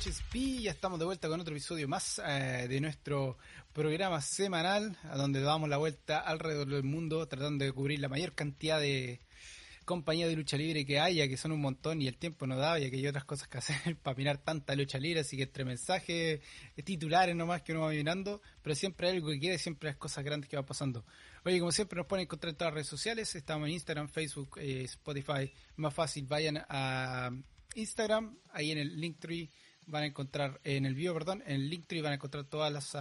HSP. Ya estamos de vuelta con otro episodio más de nuestro programa semanal, a donde damos la vuelta alrededor del mundo tratando de cubrir la mayor cantidad de compañías de lucha libre que haya, que son un montón y el tiempo no da, ya que hay otras cosas que hacer para mirar tanta lucha libre, así que entre mensajes titulares nomás que uno va mirando, pero siempre hay algo que queda y siempre hay cosas grandes que van pasando. Oye, como siempre nos pueden encontrar en todas las redes sociales, estamos en Instagram, Facebook, Spotify, más fácil vayan a Instagram, ahí en el Linktree van a encontrar, en el video, perdón, en el Linktree van a encontrar todas las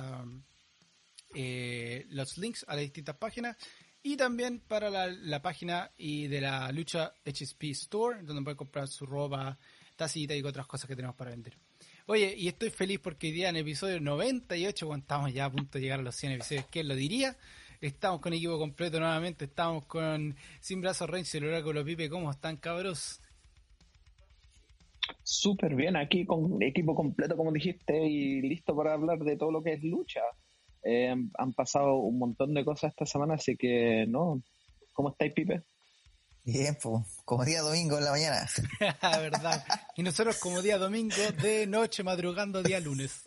los links a las distintas páginas. Y también para la página y de la lucha HSP Store, donde pueden comprar su ropa, tacita y otras cosas que tenemos para vender. Oye, y estoy feliz porque hoy día en el episodio 98, cuando estamos ya a punto de llegar a los 100 episodios, ¿quién lo diría? Estamos con equipo completo nuevamente, estamos con Sin Brazos Reigns y el Oráculo Pipe. ¿Cómo están, cabros? Súper bien, aquí con equipo completo, como dijiste, y listo para hablar de todo lo que es lucha. Han pasado un montón de cosas esta semana, así que, ¿no? ¿Cómo estáis, Pipe? Bien, pues, como día domingo en la mañana. ¿Verdad? Y nosotros como día domingo, de noche, madrugando día lunes.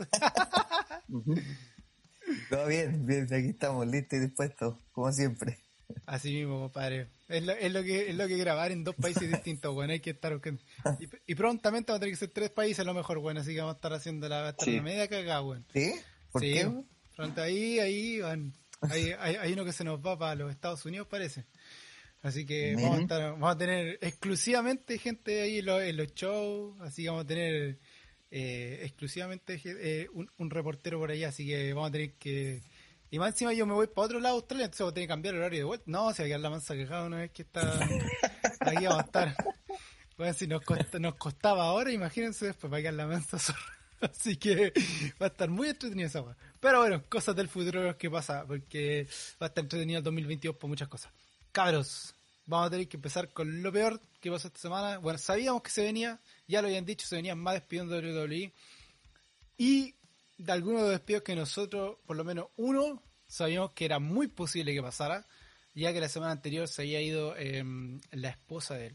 Todo bien, bien, aquí estamos, listos y dispuestos, como siempre. Así mismo, compadre. Es lo que grabar en dos países distintos, bueno, hay que estar buscando. Y prontamente vamos a tener que ser 3 países a lo mejor, bueno, así que vamos a estar haciendo la media cagada, bueno. ¿Sí? ¿Por qué? Pronto ahí van. Hay uno que se nos va para los Estados Unidos, parece. Así que vamos a tener exclusivamente gente ahí en los shows, así que vamos a tener exclusivamente un reportero por allá, así que vamos a tener que... Y más encima yo me voy para otro lado de Australia, entonces voy a tener que cambiar el horario de vuelta. No, se va a quedar la mansa quejada una vez que está aquí, vamos a estar. Bueno, si nos costaba ahora, imagínense después, va a quedar la mansa zorra. Así que va a estar muy entretenido esa weá. Pero bueno, cosas del futuro que pasa, porque va a estar entretenido el 2022 por muchas cosas. Cabros, vamos a tener que empezar con lo peor que pasó esta semana. Bueno, sabíamos que se venía, ya lo habían dicho, se venían más despidos de WWE. Y de algunos de los despidos que nosotros, por lo menos uno, sabíamos que era muy posible que pasara, ya que la semana anterior se había ido la esposa de él.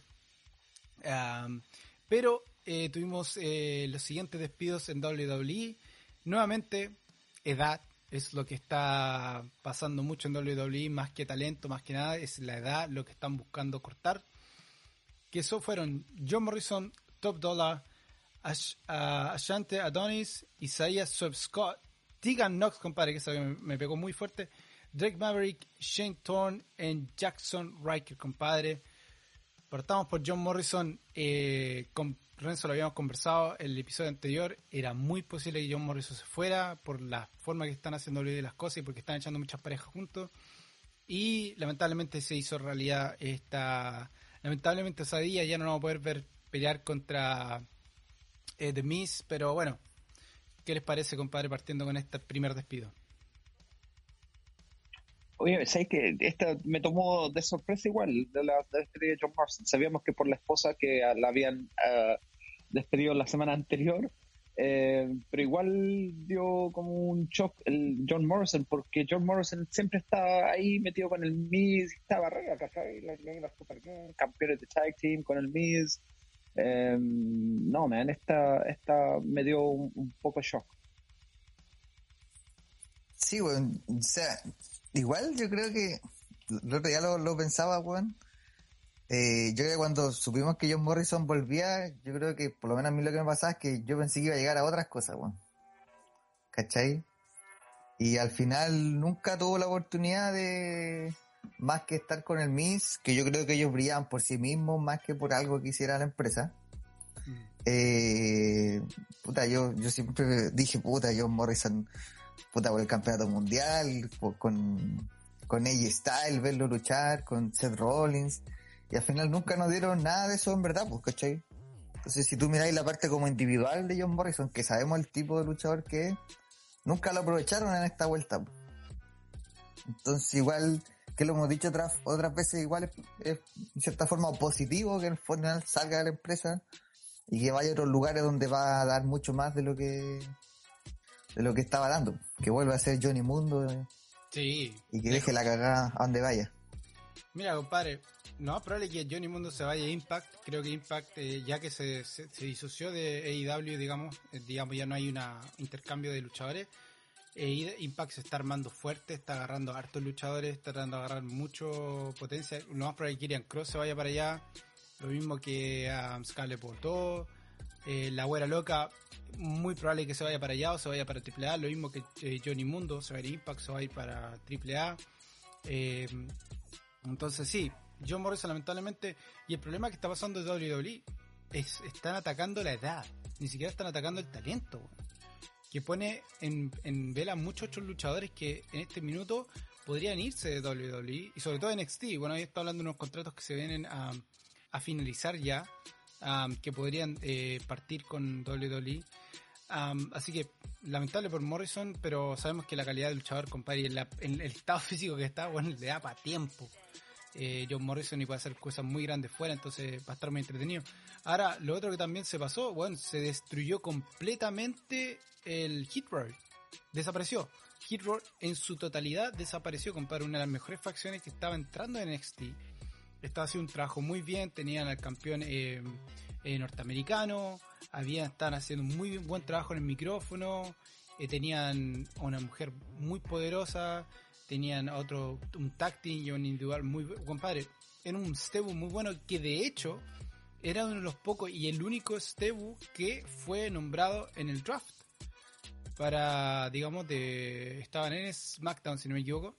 Pero tuvimos los siguientes despidos en WWE. Nuevamente, edad es lo que está pasando mucho en WWE, más que talento, más que nada, es la edad lo que están buscando cortar. Que eso fueron John Morrison, Top Dollar, Ashante Adonis, Isaiah Swerve Scott, Tegan Knox, compadre, que eso me pegó muy fuerte, Drake Maverick, Shane Thorne y Jackson Riker, compadre. Partamos por John Morrison. Con Renzo lo habíamos conversado en el episodio anterior. Era muy posible que John Morrison se fuera por la forma que están haciendo las cosas y porque están echando muchas parejas juntos. Y lamentablemente se hizo realidad lamentablemente ese día ya no vamos a poder ver pelear contra The Miz. Pero bueno, ¿qué les parece, compadre, partiendo con este primer despido? Oye, ¿sabes qué? Esta me tomó de sorpresa igual, de la despedida de John Morrison. Sabíamos que por la esposa que la habían despedido la semana anterior, pero igual dio como un shock el John Morrison, porque John Morrison siempre estaba ahí metido con el Miz, estaba arriba, ¿cachai? Las campeones de Tag Team con el Miz. No, man, esta me dio un poco shock. Sí, bueno, o sea, igual yo creo que el otro día lo pensaba, weón. Yo creo que cuando supimos que John Morrison volvía, yo creo que por lo menos a mí lo que me pasaba es que yo pensé que iba a llegar a otras cosas, weón. ¿Cachai? Y al final nunca tuvo la oportunidad de más que estar con el Miz, que yo creo que ellos brillaban por sí mismos más que por algo que hiciera la empresa. Yo siempre dije, John Morrison, por el campeonato mundial, con AJ Styles, verlo luchar, con Seth Rollins, y al final nunca nos dieron nada de eso en verdad, pues, ¿cachai? Entonces, si tú miráis la parte como individual de John Morrison, que sabemos el tipo de luchador que es, nunca lo aprovecharon en esta vuelta, pues. Entonces, igual que lo hemos dicho otras veces, igual es en cierta forma positivo que el final salga de la empresa y que vaya a otros lugares donde va a dar mucho más de lo que estaba dando, que vuelva a ser Johnny Mundo, sí, y que deje la cagada a donde vaya. Mira, compadre, lo más probable es que Johnny Mundo se vaya a Impact. Creo que Impact, ya que se disoció de AEW, digamos, ya no hay un intercambio de luchadores. Impact se está armando fuerte, está agarrando hartos luchadores, está tratando de agarrar mucho potencia. Lo más probable es que Kirian Cross se vaya para allá. Lo mismo que Scarlett Bordeaux. La Güera Loca, muy probable que se vaya para allá o se vaya para AAA. Lo mismo que Johnny Mundo, se va a ir a Impact, se va a ir para AAA. Entonces sí, John Morrison lamentablemente, y el problema que está pasando en WWE es están atacando la edad, ni siquiera están atacando el talento, que pone en vela muchos otros luchadores que en este minuto podrían irse de WWE, y sobre todo NXT. Bueno, ahí está hablando de unos contratos que se vienen a finalizar ya, que podrían partir con WWE. Así que lamentable por Morrison, pero sabemos que la calidad del luchador, compadre, en el estado físico que está, bueno, le da para tiempo. John Morrison y puede hacer cosas muy grandes fuera, entonces va a estar muy entretenido. Ahora, lo otro que también se pasó, bueno, se destruyó completamente el Hit Row. Desapareció. Hit Row en su totalidad desapareció, compadre. Una de las mejores facciones que estaba entrando en NXT. Estaba haciendo un trabajo muy bien, tenían al campeón norteamericano, estaban haciendo un muy buen trabajo en el micrófono, tenían a una mujer muy poderosa, tenían un tag team y un individual muy compadre, era un stable muy bueno, que de hecho era uno de los pocos y el único stable que fue nombrado en el draft para, digamos, estaban en SmackDown, si no me equivoco.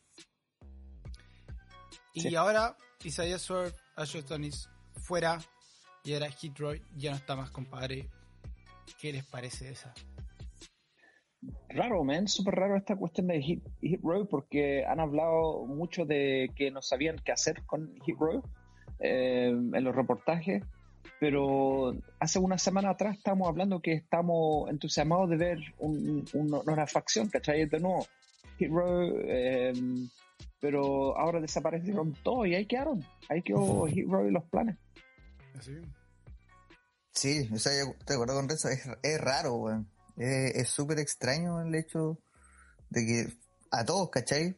Y ahora Isaiah Swerve, Ashley Tonis fuera, y ahora Hit Row ya no está más, compadre. ¿Qué les parece esa? Raro, man, súper raro esta cuestión de Hit Row, porque han hablado mucho de que no sabían qué hacer con Hit Row en los reportajes, pero hace una semana atrás estábamos hablando que estamos entusiasmados de ver una facción, ¿cachai? De nuevo, Hit Row, pero ahora desaparecieron todos y ahí quedó Hit Row y los planes. ¿Así? Sí, o sea, yo estoy de acuerdo con eso, es raro, weón. Es súper extraño el hecho de que a todos, ¿cachai?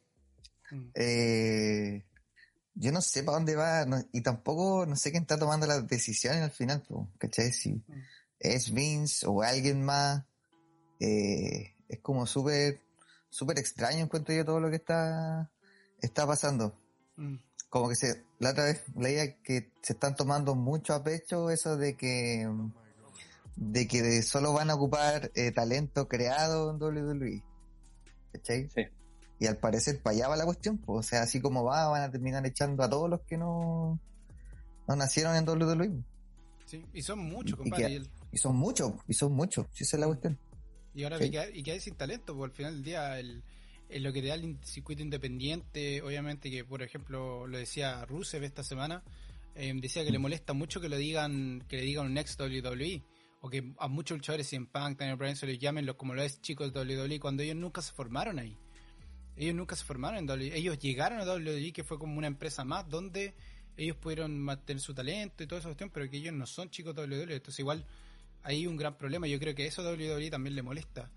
Yo no sé para dónde va, y tampoco no sé quién está tomando las decisiones al final, ¿cachai? Si es Vince o alguien más, es como súper extraño, encuentro yo todo lo que está pasando. Como que la otra vez leía que se están tomando mucho a pecho eso de que solo van a ocupar talento creado en WWE, ¿cachai? Sí. Y al parecer para allá va la cuestión, pues, o sea, así como van a terminar echando a todos los que no nacieron en WWE. Sí, y son muchos, compadre. Y son muchos, si esa es la cuestión. Y ahora ¿sí? que hay sin talento, porque al final del día lo que te da el circuito independiente, obviamente que, por ejemplo, lo decía Rusev esta semana, decía que le molesta mucho que le digan un ex WWE, o que a muchos luchadores, CM Punk, Daniel Bryan, se les llamen como lo es chicos de WWE, cuando ellos nunca se formaron ahí. Ellos nunca se formaron en WWE. Ellos llegaron a WWE, que fue como una empresa más donde ellos pudieron mantener su talento y toda esa cuestión, pero que ellos no son chicos de WWE. Entonces igual hay un gran problema. Yo creo que eso a WWE también le molesta.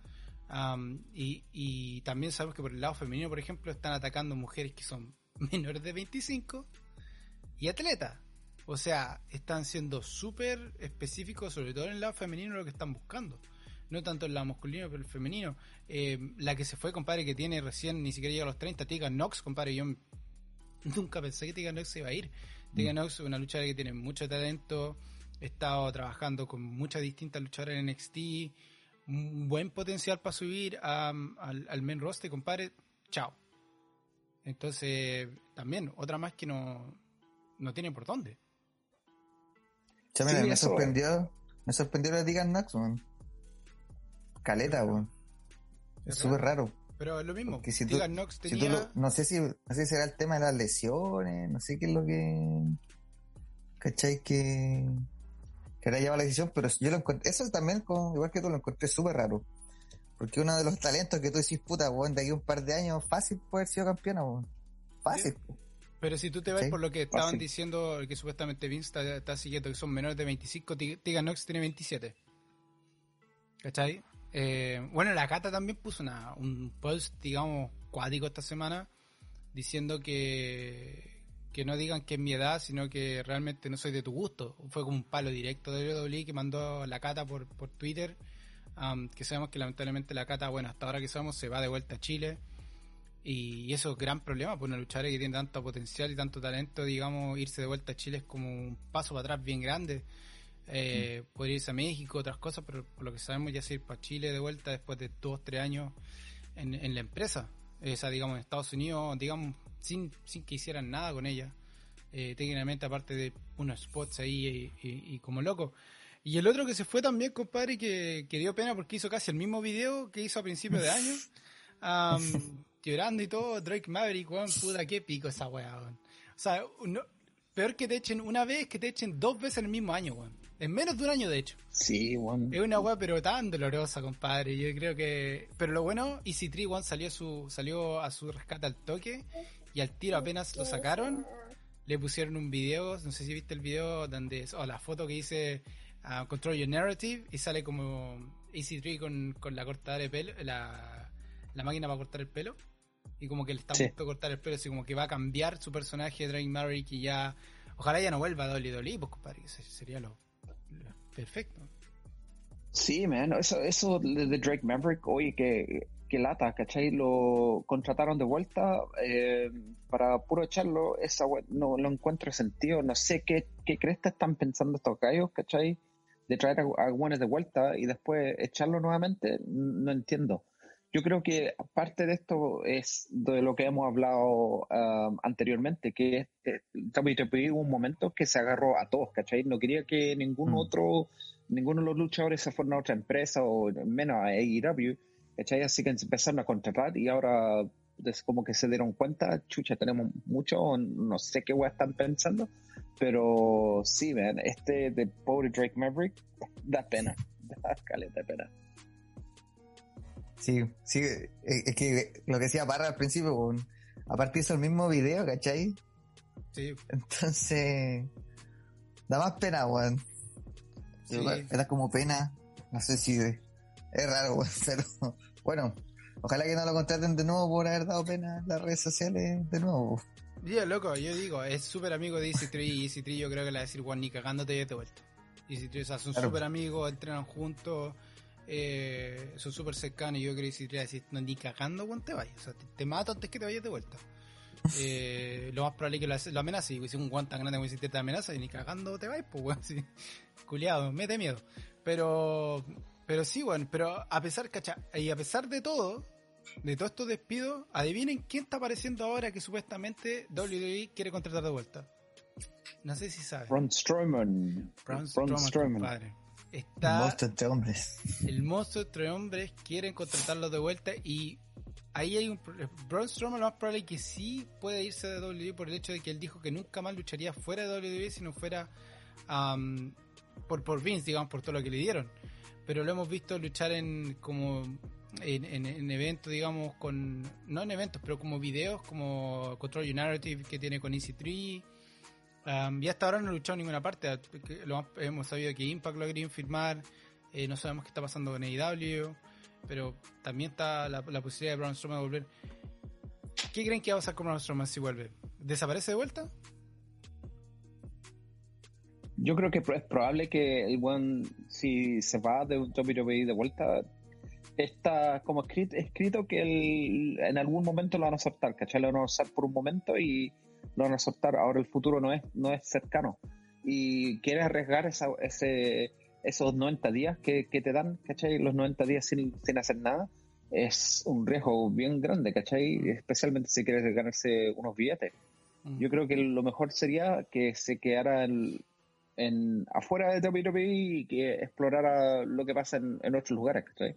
Y también sabemos que por el lado femenino, por ejemplo, están atacando mujeres que son menores de 25 y atletas. O sea, están siendo súper específicos, sobre todo en el lado femenino, lo que están buscando. No tanto en el lado masculino, pero el femenino. La que se fue, compadre, que tiene recién, ni siquiera llega a los 30, Tegan Nox, compadre. Yo nunca pensé que Tegan Nox se iba a ir. Tegan Nox es una luchadora que tiene mucho talento. He estado trabajando con muchas distintas luchadoras en NXT. Un buen potencial para subir al main roster, compadre. Chao. Entonces, también, otra más que no tiene por dónde. Sí, me sorprendió lo de Tegan Nox, man. Caleta, weón. Es súper raro. Pero es lo mismo. Si Tegan Nox tenía... no sé si será el tema de las lesiones, no sé qué es lo que... ¿Cachai? Que ahora lleva la decisión, pero yo lo encontré... Eso también, igual que tú, lo encontré súper raro. Porque uno de los talentos que tú decís, puta, weón, de aquí a un par de años, fácil puede haber sido campeona, weón. Fácil. ¿Sí? Pero si tú te vas por lo que estaban diciendo, que supuestamente Vince está siguiendo, que son menores de 25, Tegan Nox tiene 27. ¿Cachai? Bueno, la Cata también puso un post, digamos, cuático esta semana, diciendo que que no digan que es mi edad, sino que realmente no soy de tu gusto. Fue como un palo directo de WWE que mandó la Cata por Twitter, que sabemos que lamentablemente la Cata, bueno, hasta ahora que sabemos, se va de vuelta a Chile. Y eso es gran problema, pues una luchadora que tiene tanto potencial y tanto talento, digamos, irse de vuelta a Chile es como un paso para atrás bien grande. Podría irse a México, otras cosas, pero por lo que sabemos ya se ir para Chile de vuelta después de 2-3 años en la empresa. Esa, digamos, en Estados Unidos, digamos, sin que hicieran nada con ella. Técnicamente, aparte de unos spots ahí y como loco. Y el otro que se fue también, compadre, que dio pena porque hizo casi el mismo video que hizo a principios de año. Llorando y todo, Drake Maverick, weón, puta, qué pico esa weá, weón. O sea, peor que te echen una vez que te echen 2 veces en el mismo año, weón. En menos de un año, de hecho. Sí, weón. Es una weá, pero tan dolorosa, compadre. Yo creo que... Pero lo bueno, EC3, weón, salió a su rescate al toque y al tiro apenas lo sacaron, le pusieron un video, no sé si viste el video, donde la foto que dice Control Your Narrative y sale como EC3 con la cortadora de pelo, la máquina para cortar el pelo. Y como que le está a punto de cortar el pelo, así como que va a cambiar su personaje Drake Maverick y ya... Ojalá ya no vuelva a WWE, pues compadre, sería lo perfecto. Sí, man, eso de Drake Maverick, oye, que lata, ¿cachai? Lo contrataron de vuelta para puro echarlo, no lo encuentro sentido, no sé qué cresta están pensando estos gallos, ¿cachai? De traer a Gwen de vuelta y después echarlo nuevamente, no entiendo. Yo creo que parte de esto es de lo que hemos hablado anteriormente, que WWE hubo un momento que se agarró a todos, ¿cachai? No quería que ninguno de los luchadores se fueran a otra empresa o menos a AEW, ¿cachai? Así que empezaron a contratar y ahora es como que se dieron cuenta, chucha, tenemos mucho, no sé qué weá están pensando, pero sí, man, de pobre Drake Maverick da pena, da caleta de pena. Sí, es que lo que decía Parra al principio, bueno, aparte hizo el mismo video, ¿cachai? Sí. Entonces, da más pena, weón. Sí. Era como pena, no sé si es raro, weón, pero bueno, ojalá que no lo contraten de nuevo por haber dado pena en las redes sociales de nuevo. Yeah, loco, yo digo, es súper amigo de EC3 y EC3 yo creo que le va a decir, Juan, ni cagándote ya de vuelta. EC3, o sea, son súper amigos, entrenan juntos. Son súper cercanos y yo creo que si te decir no, ni cagando cuando te vayas, o sea, te mato antes que te vayas de vuelta. Lo más probable es que lo amenace, y si un guante tan grande como hiciste te amenaza y ni cagando te vayas, pues weón, sí. Culiado, mete miedo. Pero sí, bueno, pero a pesar, cacha, y a pesar de todos estos despidos, adivinen quién está apareciendo ahora que supuestamente WWE quiere contratar de vuelta. No sé si saben. Braun Strowman, compadre. Está el monstruo entre hombres. El monstruo entre hombres, quieren contratarlo de vuelta y ahí hay Braun Strowman, lo más probable es que sí puede irse de WWE por el hecho de que él dijo que nunca más lucharía fuera de WWE si no fuera por Vince, digamos, por todo lo que le dieron. Pero lo hemos visto luchar en eventos, digamos, no en eventos, pero como videos, como Control Your Narrative que tiene con EC3. Y hasta ahora no ha luchado en ninguna parte. Hemos sabido que Impact lo querían firmar, no sabemos qué está pasando con AEW, pero también está la posibilidad de Braun Strowman de volver. ¿Qué creen que va a pasar con Braun Strowman si vuelve? ¿Desaparece de vuelta? Yo creo que es probable que el buen, si se va de WWE de vuelta, está como escrito que en algún momento lo van a soltar, ¿cachai? Lo van a usar por un momento y lo van a soltar. Ahora el futuro no es cercano y quieres arriesgar esos 90 días que te dan, ¿cachai? Los 90 días sin hacer nada es un riesgo bien grande, ¿cachai? Especialmente si quieres ganarse unos billetes. Yo creo que lo mejor sería que se quedara afuera de WWE y que explorara lo que pasa en otros lugares, ¿cachai?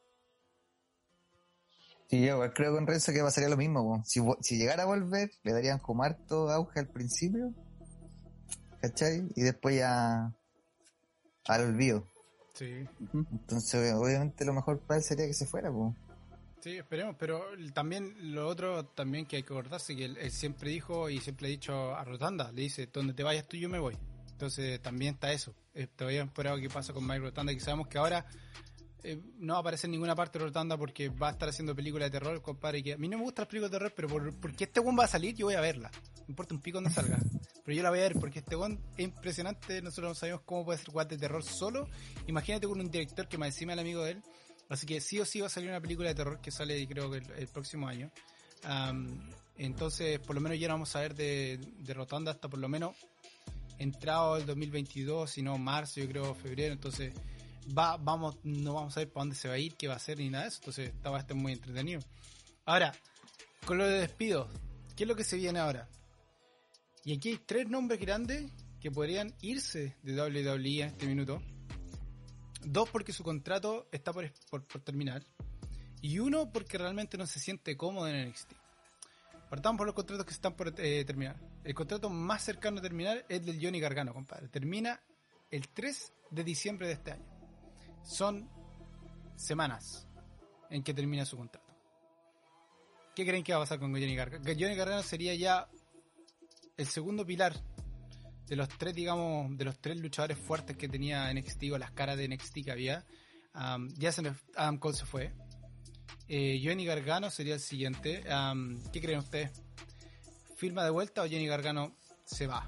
Sí, yo creo con Renzo que pasaría lo mismo. Si llegara a volver, le darían como harto auge al principio, ¿cachai? Y después ya al olvido. Sí. Entonces, obviamente, lo mejor para él sería que se fuera, pues. Sí, esperemos, pero también lo otro también que hay que acordarse que él siempre dijo y siempre ha dicho a Rotunda, le dice, donde te vayas tú yo me voy. Entonces también está eso. Todavía esperado qué pasa con Mike Rotunda, que sabemos que ahora no va a aparecer en ninguna parte de Rotunda porque va a estar haciendo películas de terror, compadre. Que a mí no me gustan las películas de terror, pero porque este weón va a salir, yo voy a verla. No importa un pico donde salga. Pero yo la voy a ver porque este weón es impresionante. Nosotros no sabemos cómo puede ser weón de terror solo. Imagínate con un director que más encima es el amigo de él. Así que sí o sí va a salir una película de terror que sale, creo que el próximo año. Entonces, por lo menos ya no vamos a ver de Rotunda hasta por lo menos entrado el 2022, si no marzo, yo creo, febrero. Entonces no vamos a ver para dónde se va a ir, qué va a hacer ni nada de eso. Entonces va a estar muy entretenido. Ahora, con lo de despidos, ¿qué es lo que se viene ahora? Y aquí hay 3 nombres grandes que podrían irse de WWE en este minuto. 2 porque su contrato está por terminar. Y 1 porque realmente no se siente cómodo en NXT. Partamos por los contratos que están por terminar. El contrato más cercano a terminar es del Johnny Gargano, compadre. Termina el 3 de diciembre de este año. Son semanas en que termina su contrato. ¿Qué creen que va a pasar con Johnny Gargano? Johnny Gargano sería ya el segundo pilar de los 3, digamos, de los 3 luchadores fuertes que tenía NXT, o las caras de NXT que había. Adam Cole se fue. Johnny Gargano sería el siguiente. ¿Qué creen ustedes? ¿Firma de vuelta o Johnny Gargano se va?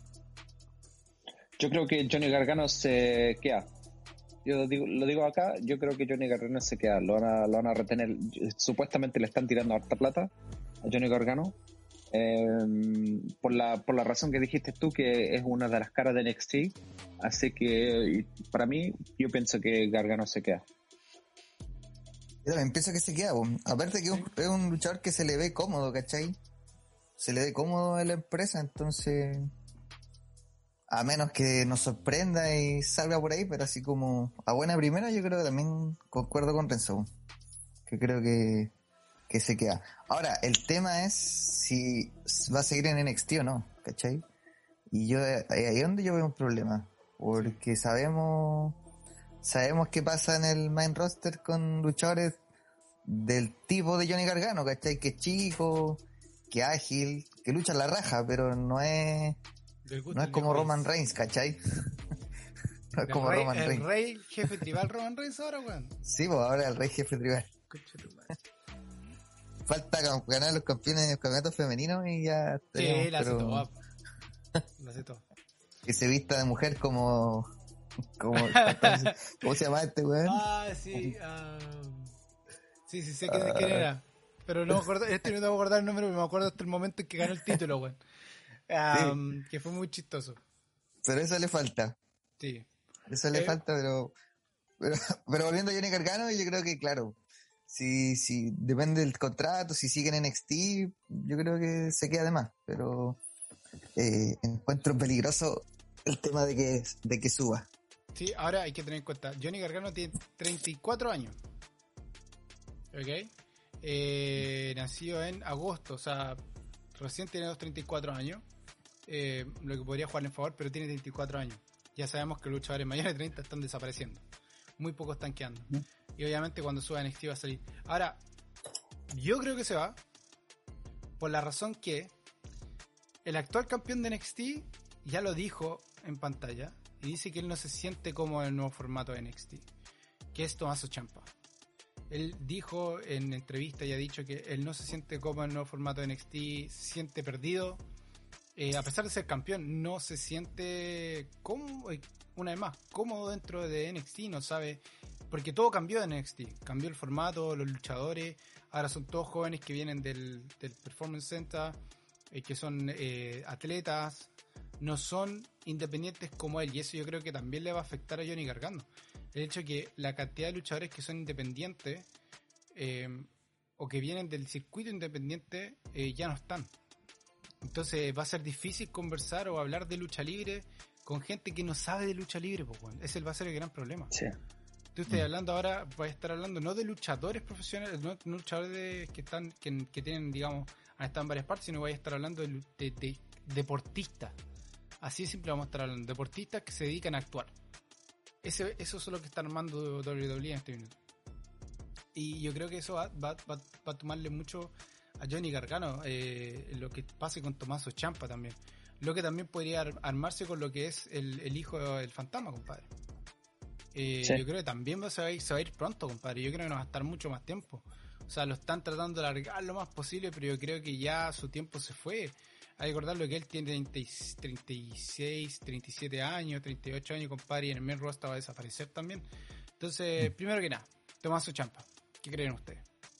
Yo creo que Johnny Gargano se queda. Yo lo digo acá, yo creo que Johnny Gargano se queda. Lo van a retener. Supuestamente le están tirando harta plata a Johnny Gargano. Por la razón que dijiste tú, que es una de las caras de NXT. Así que para mí, yo pienso que Gargano se queda. Yo también pienso que se queda, po. Aparte que es un luchador que se le ve cómodo, ¿cachai? Se le ve cómodo en la empresa, entonces a menos que nos sorprenda y salga por ahí, pero así como a buena primera, yo creo que también concuerdo con Renzo, que creo que se queda. Ahora, el tema es si va a seguir en NXT o no, ¿cachai? Y yo ahí es donde yo veo un problema, porque sabemos qué pasa en el main roster con luchadores del tipo de Johnny Gargano, ¿cachai? Que es chico, que ágil, que lucha en la raja, pero no es como Roman Reigns, ¿cachai? No es como Roman Reigns. El rey jefe tribal Roman Reigns ahora, weón. Sí, pues ahora el rey jefe tribal. Falta ganar los campeonatos femeninos y ya sí, la hace todo. La hace todo. Que se vista de mujer como ¿cómo se llama este weón? Sí. Sí, sé quién era. Pero no me acuerdo, no me voy a acordar el nombre, pero me acuerdo hasta el momento en que ganó el título, weón. Sí. Que fue muy chistoso. Pero eso le falta. Sí. Eso le falta, pero volviendo a Johnny Gargano, yo creo que, claro, si depende del contrato, si siguen en NXT, yo creo que se queda de más. Pero encuentro peligroso el tema de que suba. Sí, ahora hay que tener en cuenta, Johnny Gargano tiene 34 años. ¿Ok? Nació en agosto, o sea, recién tiene 34 años. Lo que podría jugarle en favor, pero tiene 34 años. Ya sabemos que los luchadores mayores de 30 están desapareciendo. Muy pocos están quedando. Y obviamente cuando suba a NXT va a salir. Ahora, yo creo que se va por la razón que el actual campeón de NXT ya lo dijo en pantalla y dice que él no se siente como en el nuevo formato de NXT, que es Tommaso Ciampa. Él dijo en entrevista y ha dicho que él no se siente cómodo en el nuevo formato de NXT, se siente perdido. A pesar de ser campeón, no se siente cómodo, una vez más, cómodo dentro de NXT, no sabe, porque todo cambió en NXT, cambió el formato, los luchadores, ahora son todos jóvenes que vienen del Performance Center, que son atletas, no son independientes como él, y eso yo creo que también le va a afectar a Johnny Gargano. El hecho de que la cantidad de luchadores que son independientes o que vienen del circuito independiente ya no están. Entonces va a ser difícil conversar o hablar de lucha libre con gente que no sabe de lucha libre, pues, bueno. Ese va a ser el gran problema. Sí. Tú estás hablando ahora, vas a estar hablando no de luchadores profesionales, no luchadores que tienen, digamos, han estado en varias partes, sino vas a estar hablando de deportistas. Así de simple vamos a estar hablando. Deportistas que se dedican a actuar. Eso es lo que está armando WWE en este minuto. Y yo creo que eso va a tomarle mucho a Johnny Gargano, lo que pase con Tommaso Ciampa también. Lo que también podría armarse con lo que es el hijo del fantasma, compadre. Sí. yo creo que también se va a ir pronto, compadre. Yo creo que no va a estar mucho más tiempo. O sea, lo están tratando de alargar lo más posible, pero yo creo que ya su tiempo se fue. Hay que recordar lo que él tiene 36, 37 años, 38 años, compadre, y en el main roster va a desaparecer también. Entonces, primero que nada, Tommaso Ciampa. ¿Qué creen ustedes?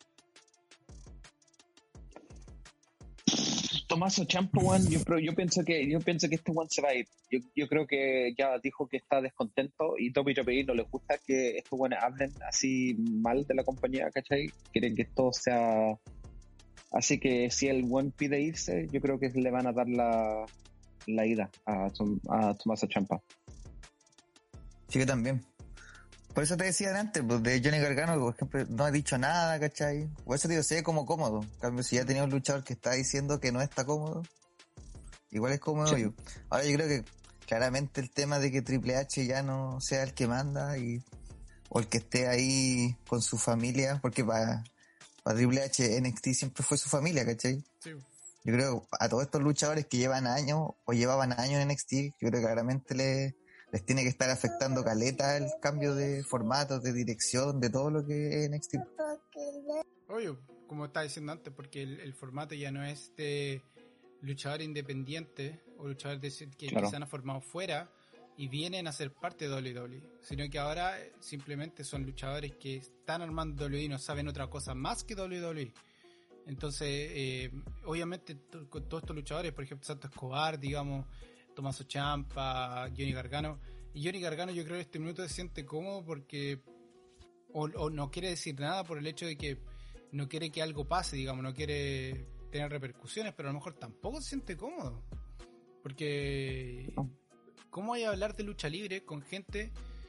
Tommaso Ciampa, weón, yo pienso que este weón se va a ir. Yo creo que ya dijo que está descontento y WWE no les gusta que estos weones hablen así mal de la compañía, ¿cachai? Quieren que todo sea... Así que si el weón pide irse, yo creo que le van a dar la ida a Tommaso Ciampa. Sí, que también. Por eso te decía antes, pues, de Johnny Gargano, por ejemplo, no ha dicho nada, ¿cachai? Por eso te digo, se ve como cómodo. En cambio, si ya tenía un luchador que está diciendo que no está cómodo, igual es cómodo. Sí. Ahora yo creo que claramente el tema de que Triple H ya no sea el que manda o el que esté ahí con su familia, porque para Triple H NXT siempre fue su familia, ¿cachai? Sí. Yo creo que a todos estos luchadores que llevan años o llevaban años en NXT, yo creo que claramente les tiene que estar afectando caleta el cambio de formato, de dirección, de todo lo que es NXT. Obvio, como estaba diciendo antes, porque el formato ya no es de luchador independiente o luchador que se han formado fuera y vienen a ser parte de WWE, sino que ahora simplemente son luchadores que están armando WWE y no saben otra cosa más que WWE. Entonces, obviamente, con todos estos luchadores, por ejemplo, Santos Escobar, digamos, Tommaso Ciampa, Johnny Gargano. Y Johnny Gargano, yo creo que este minuto se siente cómodo porque o no quiere decir nada por el hecho de que no quiere que algo pase, digamos, no quiere tener repercusiones, pero a lo mejor tampoco se siente cómodo. Porque ¿cómo hay a hablar de lucha libre con gente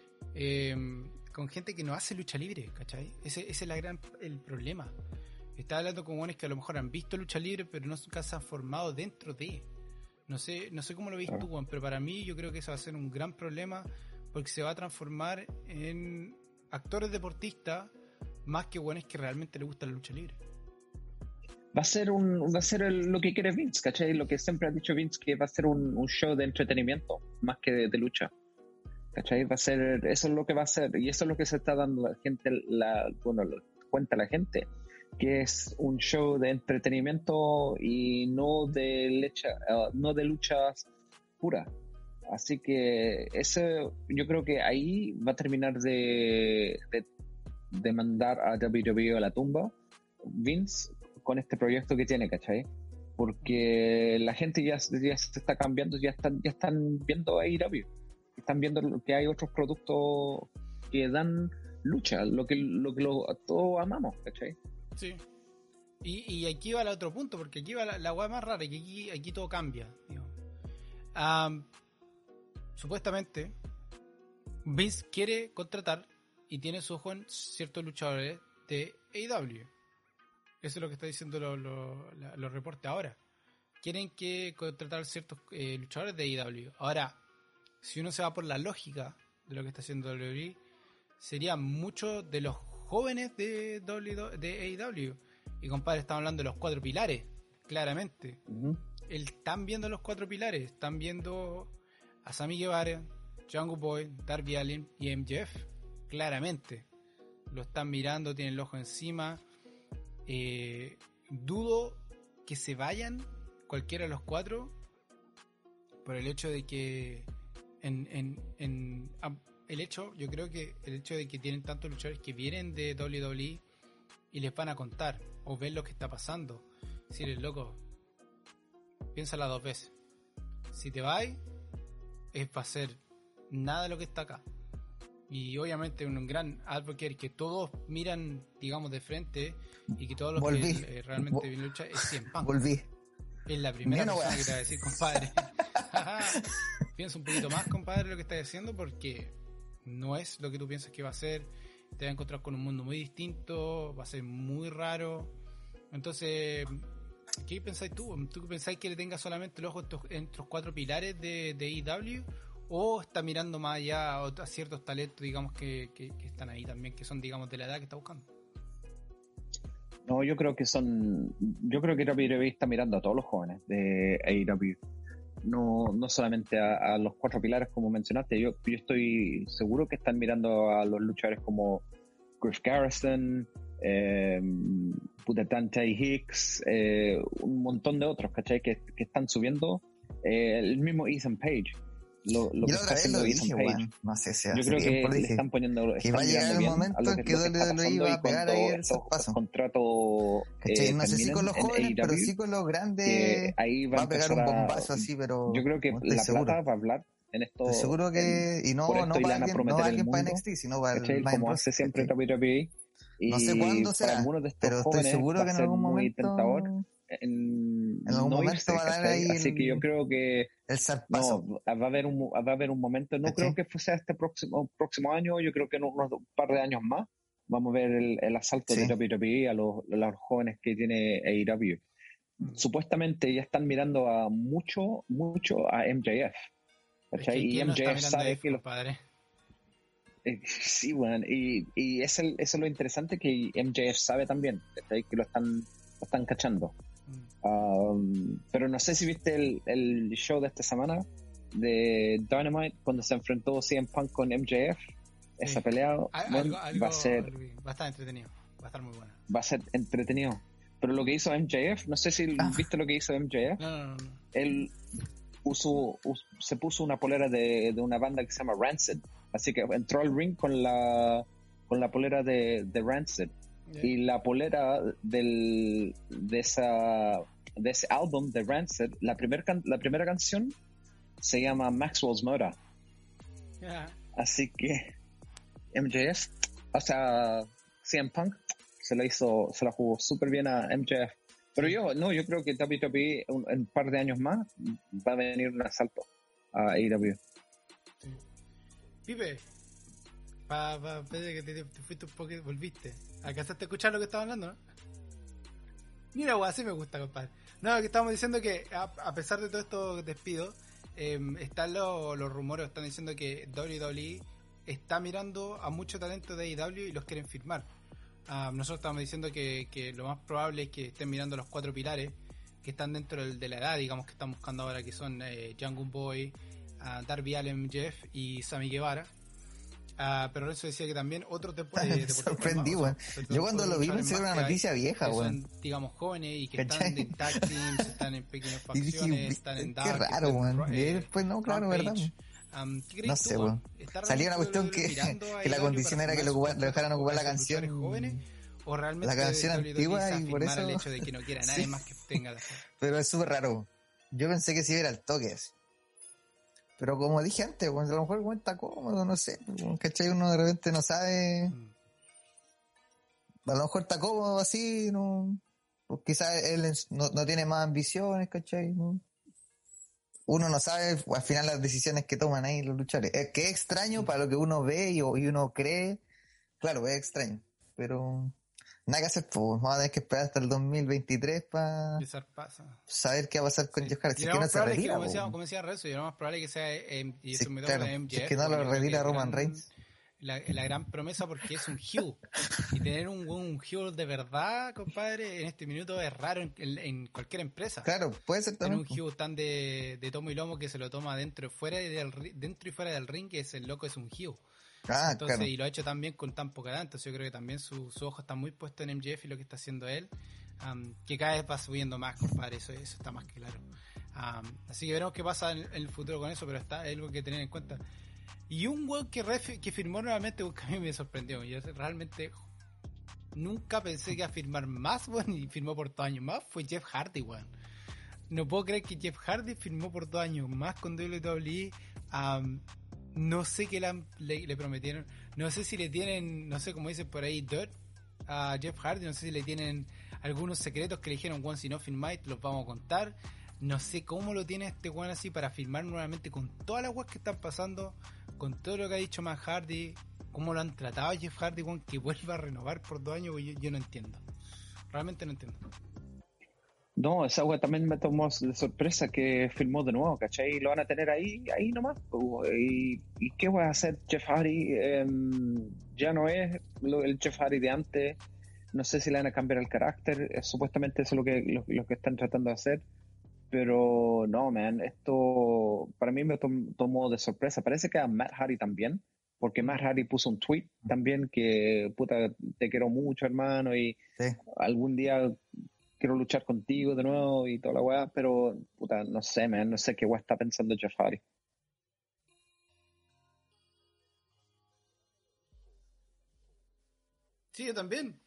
que no hace lucha libre, ¿cachai? Ese es el problema. Está hablando con buenos que a lo mejor han visto lucha libre, pero nunca se han formado dentro de. No sé cómo lo ves tú, Juan, pero para mí yo creo que eso va a ser un gran problema porque se va a transformar en actores deportistas más que buenos que realmente les gusta la lucha libre. Va a ser lo que quiere Vince, ¿cachai? Lo que siempre ha dicho Vince, que va a ser un show de entretenimiento más que de lucha, ¿cachai? Va a ser, eso es lo que va a ser, y eso es lo que se está dando la gente, cuenta la gente, que es un show de entretenimiento y no de luchas puras. Así que eso, yo creo que ahí va a terminar de mandar a WWE a la tumba Vince con este proyecto que tiene, ¿cachai? Porque la gente ya se está cambiando, ya están viendo AEW, están viendo que hay otros productos que dan lucha, lo que todos amamos, ¿cachai? Sí. Y aquí va el otro punto, porque aquí va la hueá más rara, que aquí todo cambia. Supuestamente, Vince quiere contratar y tiene su ojo en ciertos luchadores de AEW. Eso es lo que está diciendo los reportes ahora. Quieren contratar ciertos luchadores de AEW. Ahora, si uno se va por la lógica de lo que está haciendo WWE, serían muchos de los jóvenes de AEW. Y compadre, estamos hablando de los 4 pilares, claramente. Uh-huh. Están viendo los 4 pilares, están viendo a Sammy Guevara, Jungle Boy, Darby Allin y MJF, claramente. Lo están mirando, tienen el ojo encima. Dudo que se vayan cualquiera de los 4 por el hecho de que yo creo que el hecho de que tienen tantos luchadores que vienen de WWE y les van a contar o ver lo que está pasando. Si eres loco, piénsala 2 veces. Si te vas, va a ser nada de lo que está acá. Y obviamente un gran advocate que todos miran, digamos, de frente y que todos los que realmente vienen a luchar es CM Punk. Volví. Es la primera persona que te va a decir, compadre. Piensa un poquito más, compadre, lo que estás haciendo, porque no es lo que tú piensas que va a ser. Te vas a encontrar con un mundo muy distinto, va a ser muy raro. Entonces, ¿qué pensáis tú? ¿Tú pensáis que le tenga solamente el ojo en estos 4 pilares de AEW? ¿O está mirando más allá a ciertos talentos, digamos, que están ahí también, que son, digamos, de la edad que está buscando? No, yo creo que WWE está mirando a todos los jóvenes de AEW. no solamente a los 4 pilares como mencionaste. Yo estoy seguro que están mirando a los luchadores como Griff Garrison, Dante Hicks, un montón de otros, ¿cachai? Que están subiendo. El mismo Ethan Page. Lo que Yo está otra vez haciendo lo Ethan dije, Page. weón. No sé si Yo hace creo que tiempo le dije están poniendo. que va a llegar el momento en que WWE va a pegar ahí el paso. Contratos ¿Cachai? No sé si con los jóvenes, en pero AEW, sí con los que grandes ahí va a pegar un bombazo así, yo pero creo que no estoy la seguro. plata va a hablar en esto. Estoy seguro que, y por no esto, y le van a no prometer el alguien para mundo, NXT, sino para el ¿cachai? main Como roster, hace siempre ¿cachai? WWE. No sé Y cuándo para será, algunos de estos pero estoy jóvenes seguro va que a en ser algún muy momento, tentador en algún no momento irse, va a dar ¿cachai? ahí Así que yo creo que el zarpazo. no, va a haber un momento, no creo ¿Cachai? que sea este próximo año, yo creo que en un par de años más vamos a ver el asalto Sí. de WWE a los jóvenes que tiene AEW. Supuestamente ya están mirando a mucho a MJF, ¿cachai? Es que Y ¿quién no está MJF mirando sabe F, que compadre? sí, bueno, y eso es lo interesante, que MJF sabe también, ¿cachai? Que lo están cachando. Pero no sé si viste el show de esta semana de Dynamite cuando se enfrentó CM Punk con MJF. Esa pelea va a ser entretenido, va a estar muy buena. va a ser entretenido. Pero lo que hizo MJF, no sé si viste lo que hizo MJF. No. Él se puso una polera de una banda que se llama Rancid, así que entró al ring con la polera de Rancid. Yeah. Y la polera de ese álbum de Rancid, la primera canción se llama Maxwell's Murder. Yeah. Así que MJF, o sea, CM Punk se la jugó súper bien a MJF. Pero yo creo que WWE en un par de años más va a venir un asalto a AEW. Sí. Pipe, que te fuiste un poco, volviste. ¿Alcanzaste a escuchar lo que estaba hablando, no? Mira, así me gusta, compadre. No, que estábamos diciendo que a pesar de todo esto despido, están los rumores, están diciendo que WWE está mirando a mucho talento de AEW y los quieren firmar. Nosotros estamos diciendo que lo más probable es que estén mirando los 4 pilares que están dentro de la edad, digamos, que están buscando ahora, que son Jungle Boy, Darby Allin, Jeff y Sammy Guevara. Pero eso decía que también otros me sorprendí, weón. Yo cuando lo vi pensé que era una noticia vieja, weón. Son, digamos, jóvenes y que están en tag teams, están en pequeñas facciones, están en Dark. Qué raro, weón. Y después no, claro, verdad. No sé, weón. Salía una cuestión que la condición era que lo dejaran ocupar la canción jóvenes, o realmente la canción antigua, y por eso el hecho de que no quiera nadie más que tenga la pero es súper raro. Yo pensé que sí era el toque así. Pero como dije antes, bueno, a lo mejor el está cómodo, no sé, ¿cachai? Uno de repente no sabe. A lo mejor está cómodo así, no. Pues quizás él no tiene más ambiciones, ¿cachai? ¿No? Uno no sabe al final las decisiones que toman ahí los luchadores. Es que es extraño para lo que uno ve y uno cree. Claro, es extraño. Pero nada que hacer, pues vamos a tener que esperar hasta el 2023 para saber qué va a pasar con Jeff Hardy. Si es que no se retira. Como decía Renzo, lo más probable es que sea y eso sí, me claro. MJF, si es que no lo retira Roman Reigns. La gran promesa, porque es un heel, y tener un heel de verdad, compadre, en este minuto es raro en cualquier empresa. Claro, puede ser también. Tener un heel tan de tomo y lomo que se lo toma dentro y fuera del ring, que es el loco, es un heel. Entonces, claro. Y lo ha hecho también con tan poca edad, entonces yo creo que también su ojo está muy puesto en MJF y lo que está haciendo él, que cada vez va subiendo más, compadre, eso está más que claro. Así que veremos qué pasa en el futuro con eso, pero es algo que tener en cuenta. Y un weón que firmó nuevamente, que a mí me sorprendió. Yo realmente nunca pensé que iba a firmar más, weón, y firmó por 2 años más. Fue Jeff Hardy, weón. No puedo creer que Jeff Hardy firmó por 2 años más con WWE. No sé qué le prometieron. No sé si le tienen, no sé cómo dicen por ahí, dirt a Jeff Hardy. No sé si le tienen algunos secretos que le dijeron, weón, si no firmáis, te los vamos a contar. No sé cómo lo tiene este weón así para firmar nuevamente con todas las weas que están pasando, con todo lo que ha dicho Matt Hardy, cómo lo han tratado a Jeff Hardy, weón, que vuelva a renovar por 2 años, yo no entiendo. Realmente no entiendo. No, esa wea también me tomó de sorpresa que firmó de nuevo, ¿cachai? Y lo van a tener ahí nomás. ¿Y qué va a hacer Jeff Hardy? Ya no es el Jeff Hardy de antes. No sé si le van a cambiar el carácter. Supuestamente eso es lo que están tratando de hacer. Pero no, man, esto para mí me tomó de sorpresa. Parece que a Matt Hardy también, porque Matt Hardy puso un tweet también que, puta, te quiero mucho, hermano, y Sí. algún día quiero luchar contigo de nuevo y toda la weá, pero, puta, no sé, man, no sé qué weá está pensando Jeff Hardy. Sí, yo también.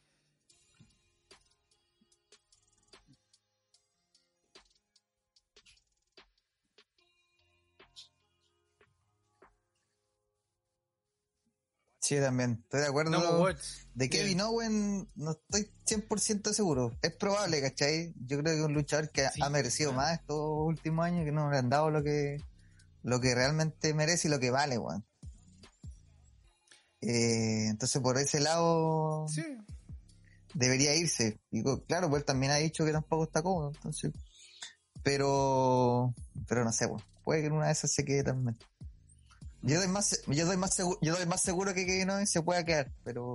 Sí, yo también. Estoy de No more acuerdo. words. De Kevin Owen no estoy 100% seguro. Es probable, ¿cachai? Yo creo que es un luchador que Sí, ha merecido weón. más estos últimos años, que no le han dado lo que realmente merece y lo que vale, weón. Entonces por ese lado Sí. debería irse. Y claro, pues él también ha dicho que tampoco está cómodo, entonces. Pero no sé, weón. Puede que en una de esas se quede también. Yo doy más seguro que Kevin Owens se pueda quedar,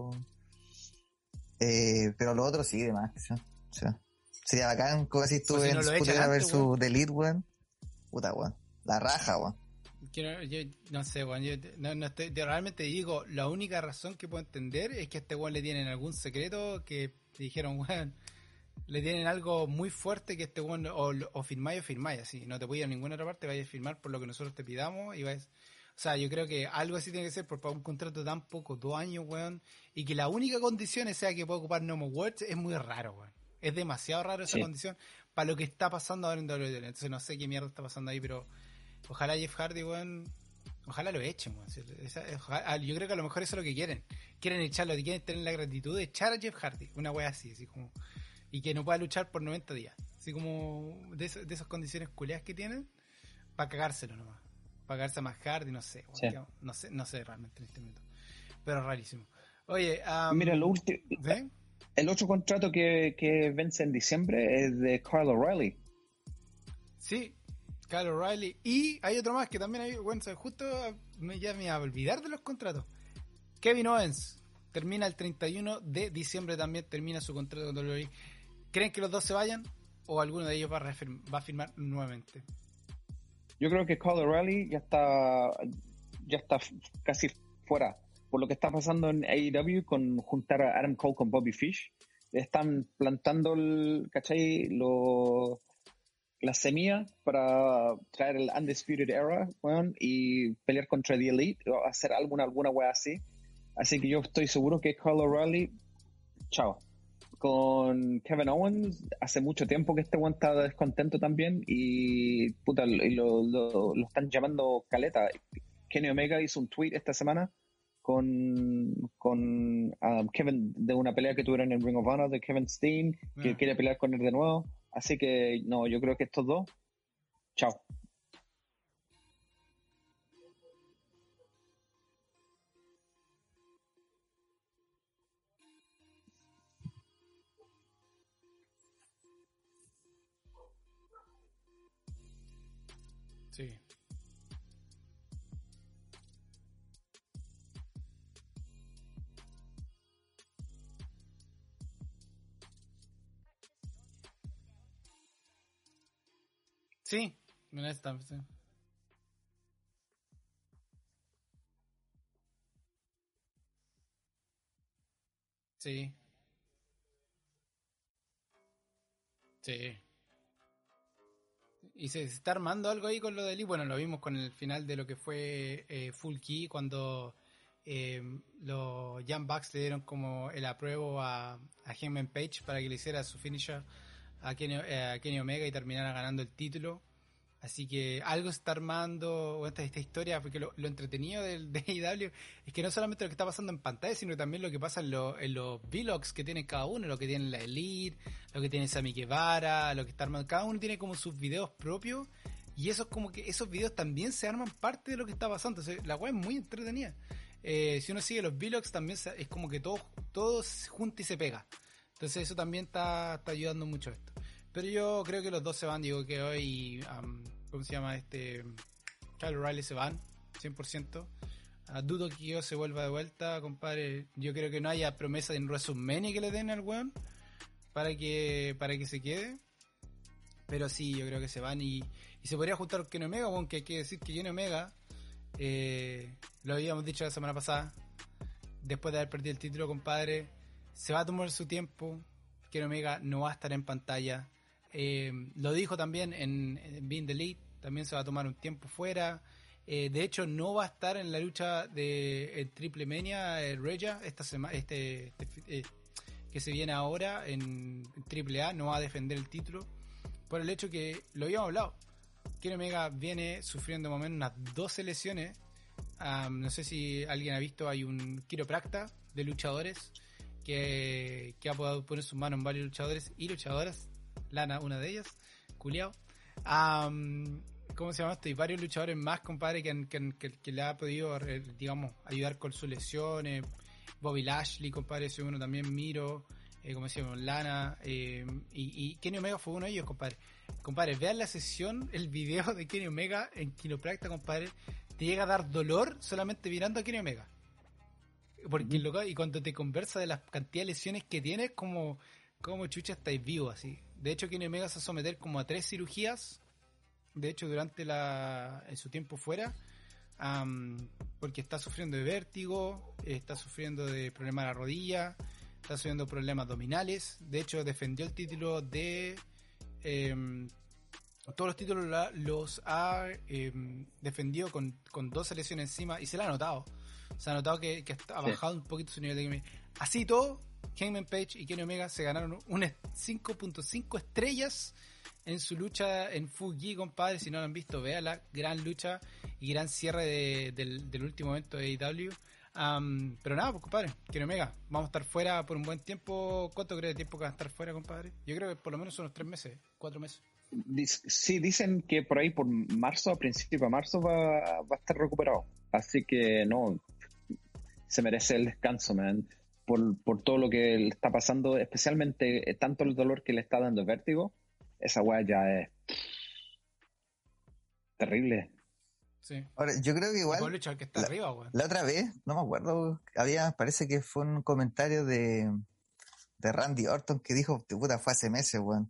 pero lo otro sí, demás. ¿Sí? O sea, sería bacán, como si Pues estuve si en no lo echan Disputa antes, weón. versus The Elite, weón. Puta, weón. La raja, weón. Yo no sé, weón. Yo realmente digo, la única razón que puedo entender es que a este weón le tienen algún secreto que le dijeron, weón. Le tienen algo muy fuerte que este weón o firmáis, así. No te voy a ir a ninguna otra parte, vayas a firmar por lo que nosotros te pidamos y vais. O sea, yo creo que algo así tiene que ser por pagar un contrato tan poco, 2 años, weón. Y que la única condición sea que pueda ocupar No More Words es muy raro, weón. Es demasiado raro esa Sí. condición para lo que está pasando ahora en WWE. Entonces no sé qué mierda está pasando ahí, pero ojalá Jeff Hardy, weón. Ojalá lo echen, weón. Yo creo que a lo mejor eso es lo que quieren. Quieren echarlo, quieren tener la gratitud de echar a Jeff Hardy. Una wea así como. Y que no pueda luchar por 90 días. Así como de esas condiciones culeas que tienen, para cagárselo nomás. Para cagarse a más Hardy, no sé, Sí. weón, no sé realmente en este momento. Pero rarísimo. Oye, Mira, lo último, ¿ven? el otro contrato que vence en diciembre es de Kyle O'Reilly. Sí, Kyle O'Reilly. Y hay otro más que también hay, bueno, justo ya me iba a olvidar de los contratos. Kevin Owens termina el 31 de diciembre también, termina su contrato con WWE. ¿Creen que los dos se vayan? ¿O alguno de ellos va a firmar nuevamente? Yo creo que Kyle O'Reilly ya está casi fuera. Por lo que está pasando en AEW con juntar a Adam Cole con Bobby Fish. Están plantando ¿cachai? La semilla para traer el Undisputed Era, weón, y pelear contra The Elite, o hacer alguna wea así. Así que yo estoy seguro que Kyle O'Reilly, chao. Con Kevin Owens, hace mucho tiempo que este weón está descontento también y puta, lo están llamando caleta. Kenny Omega hizo un tweet esta semana con Kevin, de una pelea que tuvieron en Ring of Honor de Kevin Steen, que quiere pelear con él de nuevo. Así que no, yo creo que estos dos, chao. Sí. Sí, en esta, sí. Sí, sí. Y se está armando algo ahí con lo de Lee. Bueno, lo vimos con el final de lo que fue Full Key, cuando los Young Bucks le dieron como el apruebo a Hangman Page para que le hiciera su finisher a Kenny Omega y terminara ganando el título. Así que algo se está armando esta historia, porque lo entretenido de AEW es que no solamente lo que está pasando en pantalla, sino también lo que pasa en los vlogs que tiene cada uno, lo que tiene la Elite, lo que tiene Sammy Guevara, lo que está armando. Cada uno tiene como sus videos propios y eso es como que esos videos también se arman parte de lo que está pasando. Entonces, la web es muy entretenida. Si uno sigue los vlogs también es como que todo se junta y se pega. Entonces eso también está ayudando mucho a esto. Pero yo creo que los dos se van, digo que hoy, ¿cómo se llama? Kyle O'Reilly se van, 100%. Dudo que yo se vuelva de vuelta, compadre. Yo creo que no haya promesa en WrestleMania que le den al weón para que se quede. Pero sí, yo creo que se van y se podría juntar con Kenny Omega, aunque hay que decir que Kenny Omega, lo habíamos dicho la semana pasada, después de haber perdido el título, compadre, se va a tomar su tiempo. Kenny Omega no va a estar en pantalla. Lo dijo también en Being the Lead, también se va a tomar un tiempo fuera. De hecho, no va a estar en la lucha de el Triple Mania Reya esta semana, que se viene ahora en Triple A, no va a defender el título por el hecho que lo habíamos hablado. Kenny Omega viene sufriendo de momento unas 12 lesiones. No sé si alguien ha visto, hay un quiropracta de luchadores que ha podido poner sus manos en varios luchadores y luchadoras. Lana, una de ellas, culiao. ¿Cómo se llama esto? Y varios luchadores más, compadre, que le ha podido, digamos, ayudar con sus lesiones. Bobby Lashley, compadre, ese uno también, Miro, como decíamos, Lana, y Kenny Omega fue uno de ellos, compadre. Compadre, vean la sesión, el video de Kenny Omega en quiropracta, compadre, te llega a dar dolor solamente mirando a Kenny Omega. Porque y cuando te conversa de la cantidad de lesiones que tienes, como chucha estáis vivo así. De hecho, Kenny Omega se va a someter como a 3 cirugías, de hecho, durante en su tiempo fuera, porque está sufriendo de vértigo, está sufriendo de problemas de la rodilla, está sufriendo problemas abdominales. De hecho, defendió el título de... todos los títulos los ha defendido con 12 lesiones encima y se le ha notado. Se ha notado que ha bajado un poquito su nivel de gaming. Así todo, Hangman Page y Kenny Omega se ganaron unas 5.5 estrellas en su lucha en Full Gear, compadre. Si no lo han visto, véala. Gran lucha y gran cierre del último evento de AEW. Pero nada, pues, compadre, Kenny Omega, vamos a estar fuera por un buen tiempo. ¿Cuánto crees de tiempo que va a estar fuera, compadre? Yo creo que por lo menos son unos 3 meses, 4 meses. Sí, dicen que por ahí por marzo, a principio de marzo va a estar recuperado. Así que no, se merece el descanso, man. Por todo lo que le está pasando, especialmente tanto el dolor que le está dando el vértigo. Esa weá ya es terrible. Sí. Ahora, yo creo que igual Luchar que está arriba, la otra vez, no me acuerdo, parece que fue un comentario de Randy Orton que dijo, puta, fue hace meses, weón,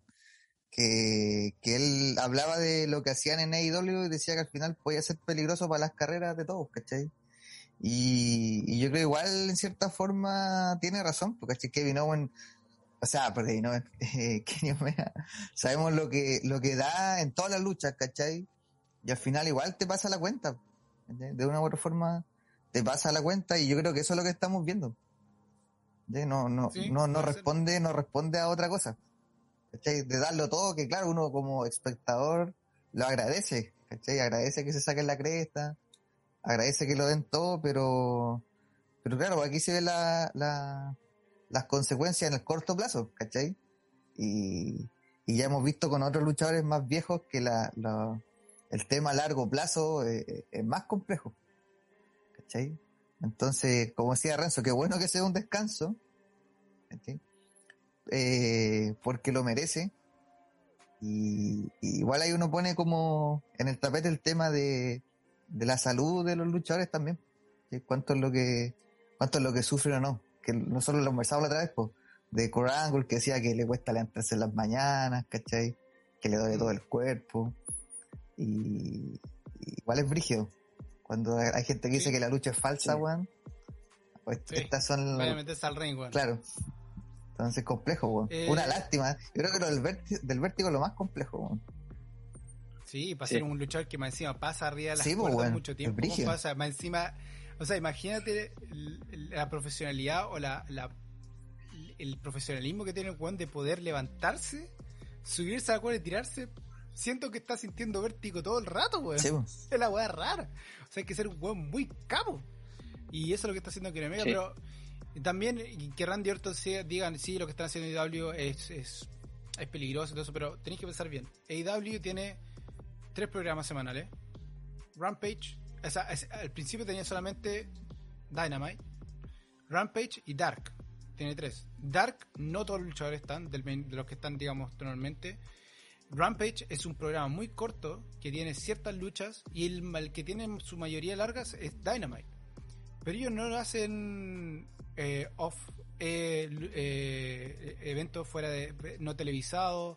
que él hablaba de lo que hacían en AEW y decía que al final podía ser peligroso para las carreras de todos, ¿cachai? Y yo creo igual en cierta forma tiene razón, porque Kevin Owens, o sea, porque no, Kenny Omega, sabemos lo que da en todas las luchas, ¿cachai? Y al final igual te pasa la cuenta, ¿cachai? De una u otra forma te pasa la cuenta y yo creo que eso es lo que estamos viendo. ¿Cachai? No responde a otra cosa, ¿cachai? De darlo todo, que claro, uno como espectador lo agradece, ¿cachai? Agradece que se saquen la cresta, agradece que lo den todo, pero claro, aquí se ven las consecuencias en el corto plazo, ¿cachai? Y ya hemos visto con otros luchadores más viejos que el tema a largo plazo es más complejo, ¿cachai? Entonces, como decía Renzo, qué bueno que sea un descanso, ¿cachai? Porque lo merece. Y igual ahí uno pone como en el tapete el tema de la salud de los luchadores también, ¿sí? Cuánto es lo que sufren o no, que nosotros lo conversamos la otra vez, pues, de Kurt Angle, que decía que le cuesta levantarse en las mañanas, ¿cachai? Que le duele todo el cuerpo, y igual es brígido cuando hay gente que dice que la lucha es falsa, weón. Pues estas son voy a meterse al ring, weón. Claro, entonces complejo, weón. Una lástima. Yo creo que lo del vértigo es lo más complejo, weón. Sí, para ser un luchador que más encima pasa arriba de las sí, cuerdas bueno, mucho tiempo. ¿Cómo pasa? Más encima, o sea, imagínate la profesionalidad o el profesionalismo que tiene el weón de poder levantarse, subirse a la cuerda y tirarse. Siento que está sintiendo vértigo todo el rato, weón. Sí, es la weá rara. O sea, hay que ser un weón muy capo. Y eso es lo que está haciendo Kenny Omega, pero también que Randy Orton digan, sí, lo que están haciendo AEW es peligroso y todo eso, pero tenéis que pensar bien. AEW tiene 3 programas semanales. Rampage, al principio tenía solamente Dynamite, Rampage y Dark. Tiene 3. Dark, no todos los luchadores están, de los que están, digamos, normalmente. Rampage es un programa muy corto que tiene ciertas luchas y el que tiene su mayoría largas es Dynamite. Pero ellos no lo hacen eventos fuera de no televisados,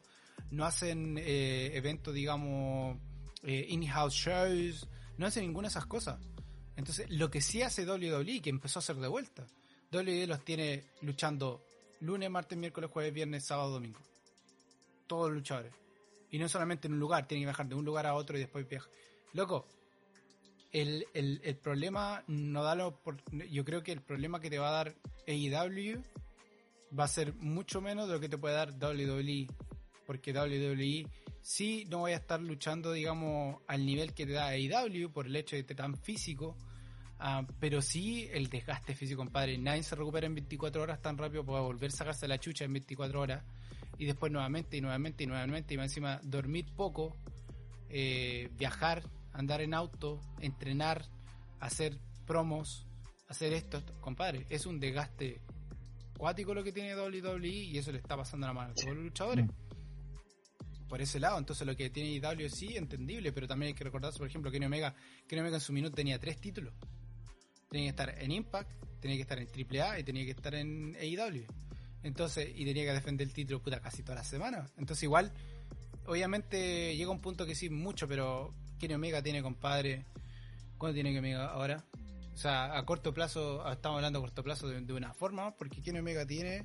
no hacen eventos, digamos, in-house shows, no hacen ninguna de esas cosas. Entonces, lo que sí hace WWE, que empezó a hacer de vuelta, WWE los tiene luchando lunes, martes, miércoles, jueves, viernes, sábado, domingo. Todos los luchadores. Y no solamente en un lugar, tienen que viajar de un lugar a otro y después viajar. Loco, el problema no da yo creo que el problema que te va a dar AEW va a ser mucho menos de lo que te puede dar WWE, porque WWE sí no voy a estar luchando, digamos, al nivel que te da AEW por el hecho de que esté tan físico, pero sí el desgaste físico, compadre. Nadie se recupera en 24 horas tan rápido para volver a sacarse la chucha en 24 horas y después nuevamente y más encima dormir poco, viajar, andar en auto, entrenar, hacer promos, hacer esto, compadre, es un desgaste cuático lo que tiene WWE y eso le está pasando a la mano a todos los luchadores. Por ese lado, entonces lo que tiene IW sí, entendible, pero también hay que recordarse, por ejemplo, Kenny Omega en su minuto tenía 3 títulos. Tenía que estar en Impact, tenía que estar en AAA y tenía que estar en AEW. Entonces, y tenía que defender el título casi toda la semana. Entonces igual, obviamente llega un punto que sí mucho, pero Kenny Omega tiene, compadre, ¿cuánto tiene Kenny Omega ahora? O sea, a corto plazo, estamos hablando a corto plazo de una forma, porque Kenny Omega tiene,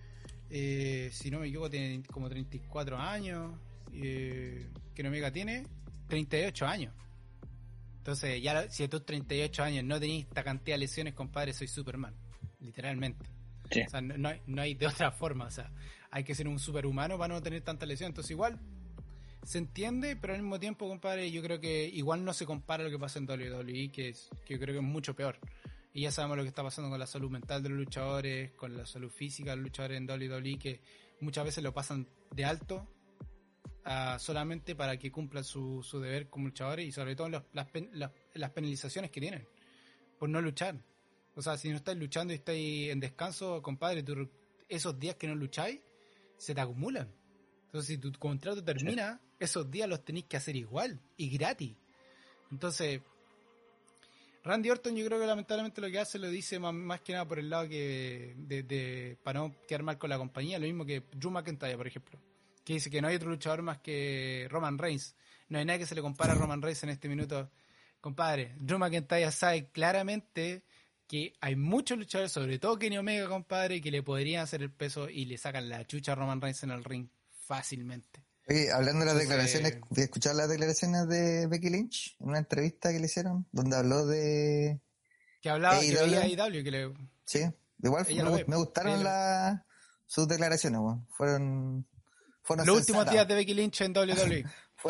si no me equivoco, tiene como 34 años. Kenny Omega tiene 38 años. Entonces, ya si a tus 38 años no tenés esta cantidad de lesiones, compadre, soy Superman. Literalmente. Sí. O sea, no hay de otra forma. O sea, hay que ser un superhumano para no tener tanta lesión. Entonces, igual se entiende, pero al mismo tiempo, compadre, yo creo que igual no se compara a lo que pasa en WWE, que yo creo que es mucho peor. Y ya sabemos lo que está pasando con la salud mental de los luchadores, con la salud física de los luchadores en WWE, que muchas veces lo pasan de alto solamente para que cumplan su deber como luchadores y sobre todo las penalizaciones que tienen por no luchar. O sea, si no estáis luchando y estáis en descanso, compadre, esos días que no lucháis se te acumulan. Entonces, si tu contrato termina, esos días los tenéis que hacer igual y gratis. Entonces, Randy Orton, yo creo que lamentablemente lo que hace lo dice más que nada por el lado que para no quedar mal con la compañía, lo mismo que Drew McIntyre, por ejemplo, que dice que no hay otro luchador más que Roman Reigns. No hay nada que se le compara a Roman Reigns en este minuto. Compadre, Drew McIntyre sabe claramente que hay muchos luchadores, sobre todo Kenny Omega, compadre, que le podrían hacer el peso y le sacan la chucha a Roman Reigns en el ring fácilmente. Oye, hablando de las declaraciones, ¿escuchar las declaraciones de Becky Lynch en una entrevista que le hicieron? Donde habló de... Que hablaba que veía AEW, que le... Sí, igual me gustaron sus declaraciones, weón. Fueron los últimos días de Becky Lynch en WWE.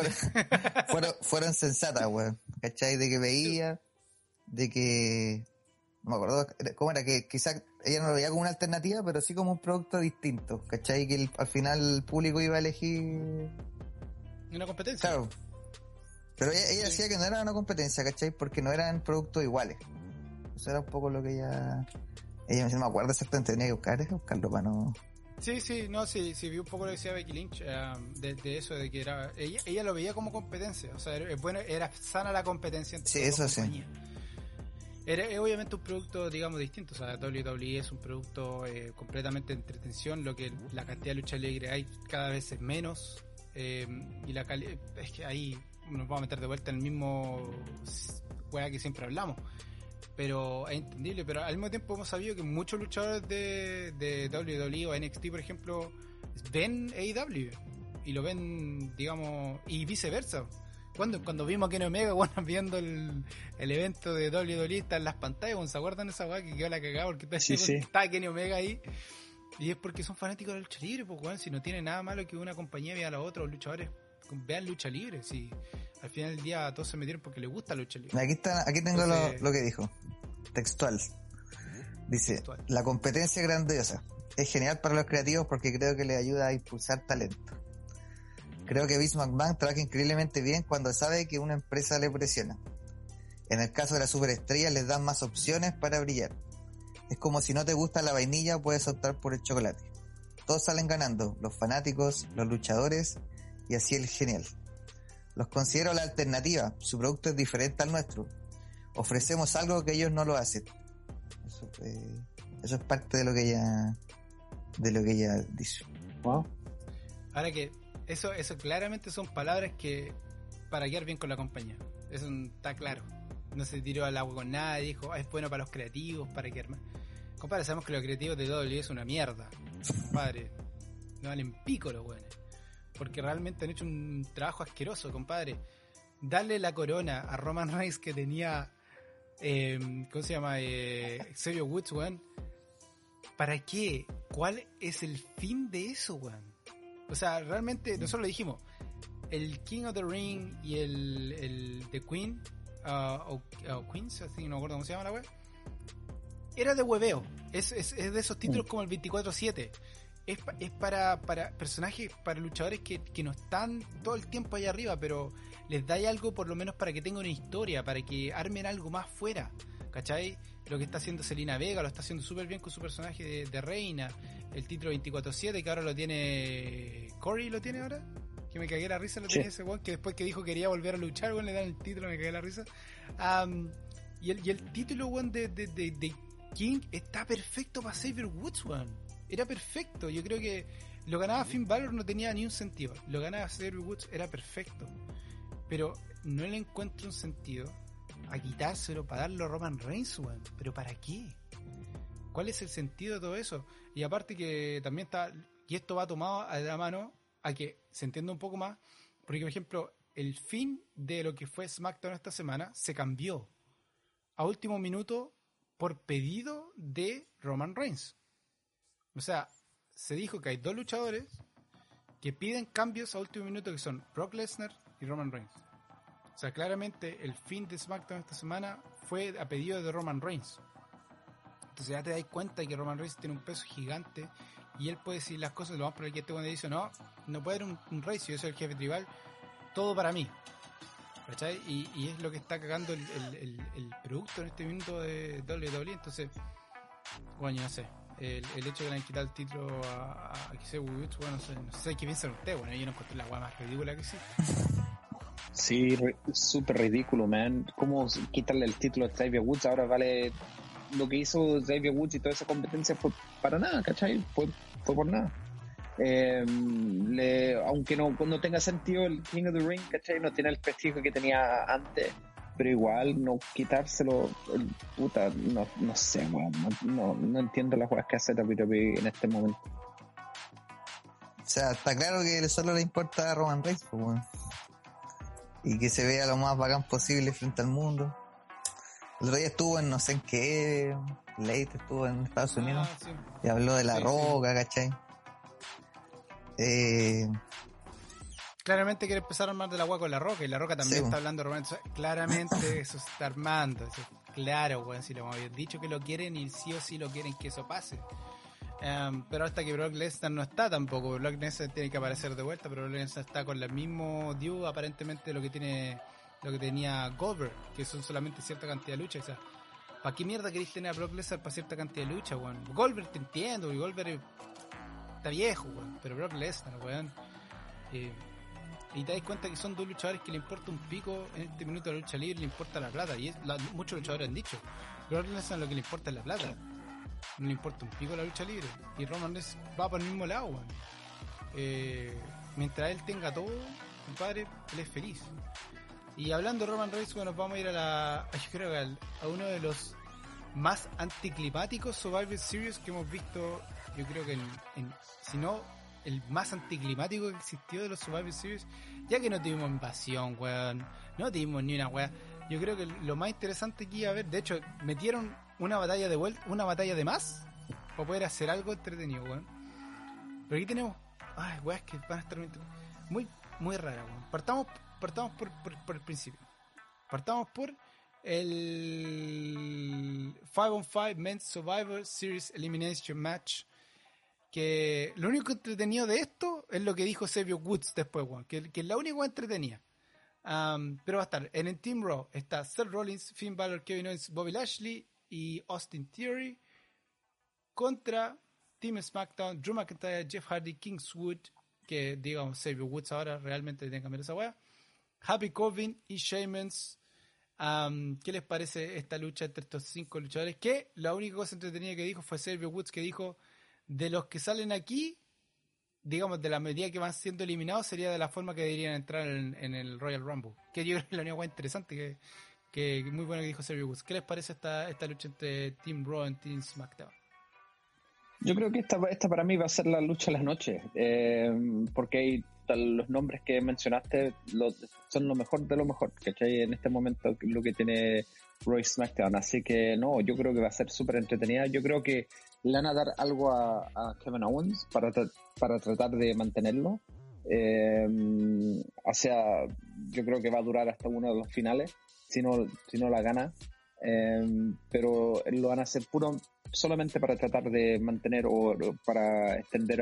fueron sensatas, weón. ¿Cachai? De que veía, de que... No me acuerdo cómo era, que quizás ella no lo veía como una alternativa, pero sí como un producto distinto, ¿cachai? Que al final el público iba a elegir... Una competencia. Claro. Pero ella decía que no era una competencia, ¿cachai? Porque no eran productos iguales. Eso era un poco lo que ella no me acuerdo exactamente, tenía que buscarlo para no... Sí, vi un poco lo que decía Becky Lynch, de eso, de que era ella lo veía como competencia, o sea, era sana la competencia entre sí, eso sí. Es obviamente un producto, digamos, distinto. O sea, WWE es un producto completamente de entretención. Lo que la cantidad de lucha libre hay cada vez es menos. Y la calidad. Es que ahí nos vamos a meter de vuelta en el mismo juego que siempre hablamos. Pero es entendible. Pero al mismo tiempo hemos sabido que muchos luchadores de WWE o NXT, por ejemplo, ven AEW. Y lo ven, digamos, y viceversa. Cuando vimos a Kenny Omega, bueno, viendo el evento de WWE, está en las pantallas, bueno, ¿se acuerdan de esa weá que quedó la cagada? Porque está Kenny Omega ahí, y es porque son fanáticos de la lucha libre, pues, bueno, si no tiene nada malo que una compañía vea a la otra, los luchadores vean lucha libre, si al final del día todos se metieron porque les gusta la lucha libre. Aquí tengo entonces, lo que dijo, textual. Dice, la competencia es grandiosa, es genial para los creativos porque creo que les ayuda a impulsar talento. Creo que Vince McMahon trabaja increíblemente bien cuando sabe que una empresa le presiona. En el caso de las superestrellas les dan más opciones para brillar. Es como si no te gusta la vainilla, puedes optar por el chocolate. Todos salen ganando, los fanáticos, los luchadores y así el genial. Los considero la alternativa, su producto es diferente al nuestro. Ofrecemos algo que ellos no lo hacen. Eso es parte de lo que ella dice. Wow. Ahora que Eso claramente son palabras que para quedar bien con la compañía. Eso está claro. No se tiró al agua con nada, dijo, es bueno para los creativos, para quedar más. Compadre, sabemos que los creativos de WWE es una mierda. Compadre, no valen pico los weones. Porque realmente han hecho un trabajo asqueroso, compadre. Darle la corona a Roman Reigns que tenía, ¿cómo se llama? Xavier Woods, weón. ¿Para qué? ¿Cuál es el fin de eso, weón? O sea, realmente, nosotros lo dijimos, el King of the Ring y el The Queen, o Queens, así no me acuerdo cómo se llama la weón, era de hueveo. Es de esos títulos como el 24/7. Es para personajes, para luchadores que no están todo el tiempo allá arriba, pero les dais algo por lo menos para que tengan una historia, para que armen algo más fuera, ¿cachai? Lo que está haciendo Zelina Vega lo está haciendo súper bien con su personaje de reina, el título 24/7 que ahora lo tiene Corey, ¿lo tiene ahora? Que me cagué la risa, lo tenía ese weón, que después que dijo que quería volver a luchar, weón, le dan el título, me cagué la risa. Y el título, weón, de King está perfecto para Xavier Woods, weón. Era perfecto. Yo creo que lo ganaba Finn Balor, no tenía ni un sentido. Lo ganaba Xavier Woods, era perfecto. Pero no le encuentro un sentido a quitárselo para darlo a Roman Reigns, weón. ¿Pero para qué? ¿Cuál es el sentido de todo eso? Y aparte que también está, y esto va tomado a la mano a que se entienda un poco más, porque por ejemplo, el fin de lo que fue SmackDown esta semana se cambió a último minuto por pedido de Roman Reigns. O sea, se dijo que hay dos luchadores que piden cambios a último minuto, que son Brock Lesnar y Roman Reigns. O sea, claramente el fin de SmackDown esta semana fue a pedido de Roman Reigns. Entonces ya te das cuenta de que Roman Reigns tiene un peso gigante y él puede decir las cosas. Lo más probable es que este cuando dice, no puede haber un Reigns, yo soy el jefe tribal, todo para mí. ¿Cachai? Y es lo que está cagando el producto en este minuto de WWE. Entonces, bueno, no sé. El hecho de que le hayan quitado el título a Xavier Woods, bueno, no sé qué piensan ustedes. Bueno, yo no encontré la guay más ridícula que sí. Sí, súper ridículo, man. ¿Cómo quitarle el título a Xavier Woods? Ahora vale lo que hizo Xavier Woods y toda esa competencia fue para nada, ¿cachai? Fue por nada. Aunque no tenga sentido el King of the Ring, ¿cachai? No tiene el prestigio que tenía antes, pero igual no quitárselo, puta, no sé, weón, no entiendo las cosas que hace WWE en este momento. O sea, está claro que solo le importa a Roman Reigns, pues, bueno. Y que se vea lo más bacán posible frente al mundo. El otro día estuvo en no sé en qué, Late estuvo en Estados Unidos, sí. Y habló de La Roca, sí. ¿Cachai? Claramente quiere empezar a armar de la agua con La Roca, y La Roca también está hablando de Roman. Claramente eso se está armando, eso, claro, weón, si lo habían dicho que lo quieren y sí o sí lo quieren que eso pase. Pero hasta que Brock Lesnar no está tampoco. Brock Lesnar tiene que aparecer de vuelta, pero Brock Lesnar está con el mismo due aparentemente lo que tenía Goldberg, que son solamente cierta cantidad de luchas. O sea, ¿para qué mierda queréis tener a Brock Lesnar para cierta cantidad de luchas, weón? Goldberg te entiendo, y Goldberg está viejo, weón, pero Brock Lesnar, weón, y te das cuenta que son dos luchadores que le importa un pico en este minuto de la lucha libre, le importa la plata, y muchos luchadores han dicho, Brock Lesnar lo que le importa es la plata, no le importa un pico la lucha libre, y Roman Reigns va por el mismo lado, weón. Mientras él tenga todo, compadre, él es feliz. Y hablando de Roman Reigns, bueno, vamos a ir yo creo que a uno de los más anticlimáticos Survivor Series que hemos visto, yo creo que si no el más anticlimático que existió de los Survivor Series, ya que no tuvimos invasión, weón, no tuvimos ni una weá. Yo creo que lo más interesante que iba a haber, de hecho, metieron una batalla de vuelta, una batalla de más, para poder hacer algo entretenido, weón. Pero aquí tenemos, weas que van a estar muy, muy raras, weón. Partamos por el principio. Partamos por el 5-on-5 Men's Survivor Series Elimination Match, que lo único entretenido de esto es lo que dijo Xavier Woods después, weón, que es la única entretenida. Pero va a estar en el Team Raw está Seth Rollins, Finn Balor, Kevin Owens, Bobby Lashley y Austin Theory contra Team SmackDown, Drew McIntyre, Jeff Hardy, Kingswood, que digamos Xavier Woods ahora realmente tiene que cambiar esa wea, Happy Corbin y Sheamus. ¿Qué les parece esta lucha entre estos 5 luchadores? Que la única cosa entretenida que dijo fue Xavier Woods, que dijo: de los que salen aquí, digamos, de la medida que van siendo eliminados, sería de la forma que deberían entrar en el Royal Rumble. Que yo creo que es la única cosa interesante que muy bueno que dijo Sergio Woods. ¿Qué les parece esta lucha entre Team Raw y Team SmackDown? Yo creo que esta para mí va a ser la lucha de las noches, porque los nombres que mencionaste son lo mejor de lo mejor, ¿cachai? En este momento lo que tiene Raw y SmackDown, así que no, yo creo que va a ser súper entretenida. Yo creo que le van a dar algo a Kevin Owens para tratar de mantenerlo. O sea, yo creo que va a durar hasta uno de los finales, si no la gana. Pero lo van a hacer solamente para tratar de mantener o para extender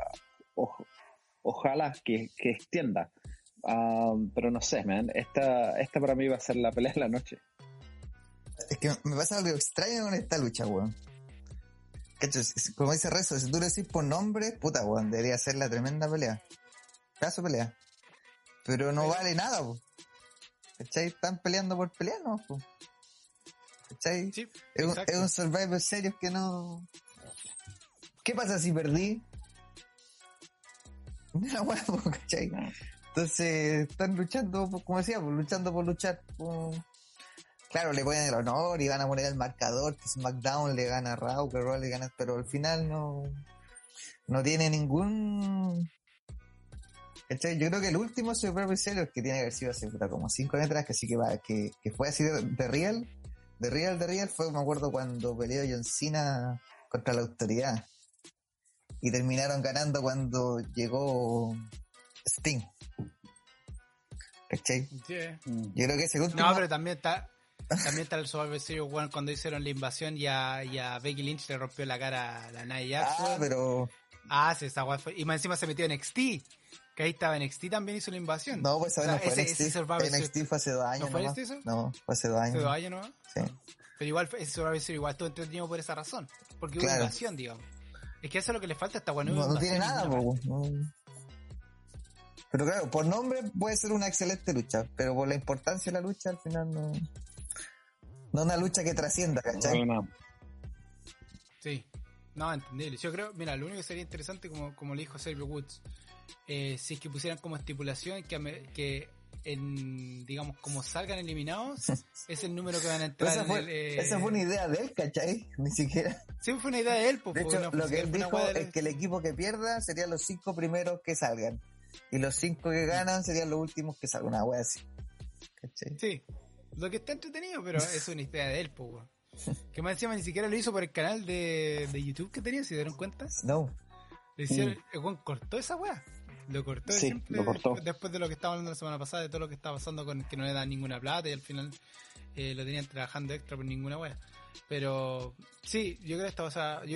ojalá que extienda. Pero no sé, man, esta para mí va a ser la pelea de la noche. Es que me pasa algo extraño con esta lucha, weón. Cacho, como dice Rezo, si tú lo decís por nombre, puta, weón, debería ser la tremenda pelea. Caso pelea. Pero no vale nada, weón. ¿Cachai? Están peleando por pelear, ¿no? ¿Cachai? Sí, es un Survivor Series que no... ¿Qué pasa si perdí? Una huevo, ¿cachai? Entonces están luchando, como decía, luchando por luchar. Claro, le ponen el honor y van a poner el marcador, que SmackDown le gana a Raw, que Raw le gana, pero al final no tiene ningún... ¿Cachai? Yo creo que el último Survivor Series que tiene que haber sido hace como 5 años atrás, que fue así de real, fue, me acuerdo, cuando peleó John Cena contra la autoridad y terminaron ganando cuando llegó Sting. ¿Cachai? Sí. Yo creo que ese último... No, pero también está el Survivor Series cuando hicieron la invasión y a Becky Lynch le rompió la cara a la Nia Jax. Pero... sí, esa guay fue... Y más encima se metió en NXT. Que ahí estaba NXT, también hizo la invasión. No, pues no fue NXT. NXT fue hace 2 años. ¿No fue NXT eso? No, fue hace 2 años. ¿Hace 2 años, no? Sí. Pero igual, ese Survivor Series igual estuvo entretenido por esa razón. Porque hubo invasión, digamos. Es que eso es lo que le falta a esta bueno. No tiene nada, no. Pero claro, por nombre puede ser una excelente lucha, pero por la importancia de la lucha al final no una lucha que trascienda, ¿cachai? No. Sí, no, entendible. Yo creo, mira, lo único que sería interesante, como le dijo Xavier Woods, si es que pusieran como estipulación que digamos, como salgan eliminados, es el número que van a entrar. Esa fue una idea de él, ¿cachai? Ni siquiera. Sí, fue una idea de él. Pues, de hecho, lo que él dijo es que el equipo que pierda serían los 5 primeros que salgan. Y los 5 que ganan serían los últimos que salgan. Una wea así. ¿Cachai? Sí. Lo que está entretenido, pero es una idea de él, pues, que más encima ni siquiera lo hizo por el canal de YouTube que tenía, ¿se dieron cuenta? No. Le hicieron, cortó esa wea. Lo cortó, sí, lo cortó. Después de lo que estábamos hablando la semana pasada, de todo lo que estaba pasando con que no le dan ninguna plata y al final lo tenían trabajando extra por ninguna wea. Pero sí, yo creo que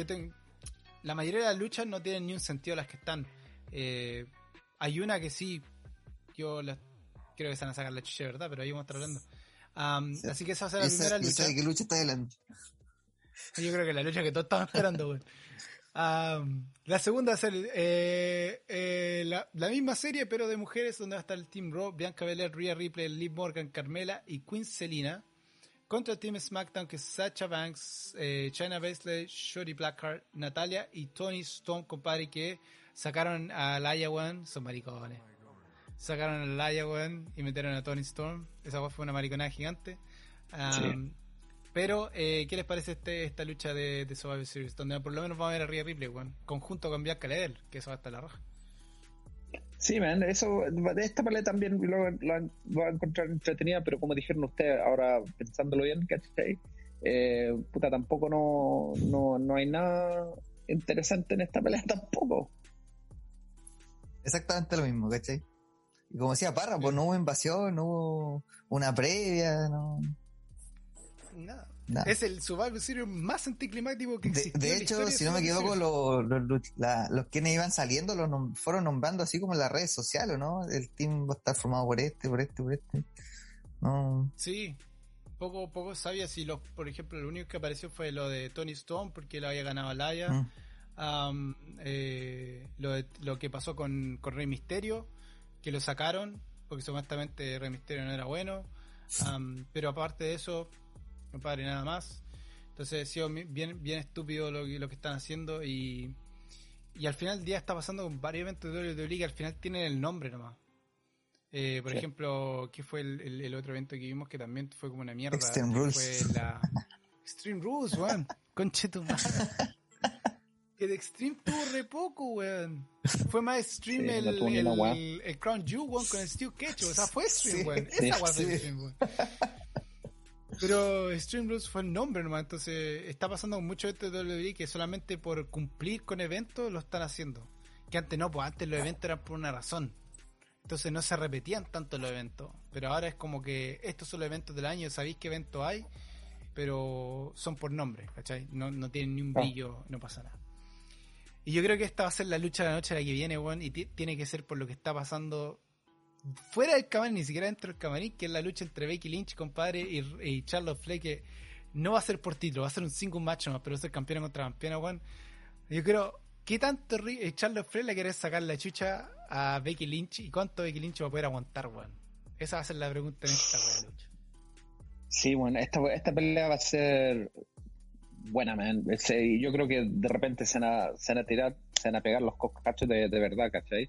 la mayoría de las luchas no tienen ni un sentido las que están. Hay una que sí, creo que se van a sacar la chucha, ¿verdad? Pero ahí vamos a estar hablando. Sí. Así que esa va a ser la primera lucha. ¿De qué lucha está hablando? Yo creo que la lucha que todos estaban esperando, güey. La segunda va a ser la misma serie, pero de mujeres, donde va a estar el Team Raw, Bianca Belair, Rhea Ripley, Liv Morgan, Carmela y Queen Selina, contra el Team SmackDown, que es Sasha Banks, Shayna Baszler, Shotzi Blackheart, Natalia y Toni Storm, compadre, que sacaron a Laya One, son maricones. Sacaron a Laya One y metieron a Toni Storm. Esa fue una mariconada gigante. Sí. Pero, ¿qué les parece esta lucha de Survivor Series? Donde por lo menos vamos a ver a Rhea Ripley, conjunto con Bianca Belair, que eso va a estar la roja. Sí, man, eso, esta pelea también lo va a encontrar entretenida, pero como dijeron ustedes, ahora pensándolo bien, ¿cachai? Tampoco no hay nada interesante en esta pelea tampoco. Exactamente lo mismo, ¿cachai? Y como decía Parra, pues no hubo invasión, no hubo una previa, no... Nada. Es el Survivor Series más anticlimático que existe. De hecho, si no me equivoco, los quienes iban saliendo fueron nombrando así como en las redes sociales, ¿no? El team va a estar formado por este. No. Sí, poco sabía si por ejemplo, lo único que apareció fue lo de Toni Storm, porque lo había ganado Laya. Lo que pasó con Rey Mysterio, que lo sacaron, porque supuestamente Rey Mysterio no era bueno. Pero aparte de eso, no padre nada más. Entonces ha sido bien estúpido lo que están haciendo y Y al final del día está pasando con varios eventos de WWE que al final tienen el nombre nomás. Por ejemplo, ¿qué fue el otro evento que vimos que también fue como una mierda? Extreme Que Rules. fue la Extreme Rules, weón. Conche tu madre. Que de Extreme tuvo re poco, weón. Fue más Extreme Sí, no tuvo ni una weá. el Crown Jewel, weón, con el Steve Ketchum. O sea, fue Extreme, Sí, weón. sí, Esa weá fue sí. Extreme, weón. Pero Extreme Rules fue el nombre nomás. Entonces está pasando con muchos eventos de WWE que solamente por cumplir con eventos lo están haciendo. Que antes no, pues antes los eventos eran por una razón. Entonces no se repetían tanto los eventos. Pero ahora es como que estos son los eventos del año, sabéis qué eventos hay, pero son por nombre, ¿cachai? No tienen ni un brillo, no pasa nada. Y yo creo que esta va a ser la lucha de la noche la que viene, weón, y tiene que ser por lo que está pasando fuera del camarín, ni siquiera dentro del camarín, que es la lucha entre Becky Lynch, compadre, y Charlotte Flair, que no va a ser por título, va a ser un single match nomás, pero va a ser campeona contra campeona, weón. Yo creo, ¿qué tanto Charlotte Flair le quiere sacar la chucha a Becky Lynch y cuánto Becky Lynch va a poder aguantar, weón? Esa va a ser la pregunta en esta weón, lucha. Sí, bueno, esta pelea va a ser buena, man. Yo creo que de repente se van a tirar, se van a pegar los cachos de verdad, ¿cachai?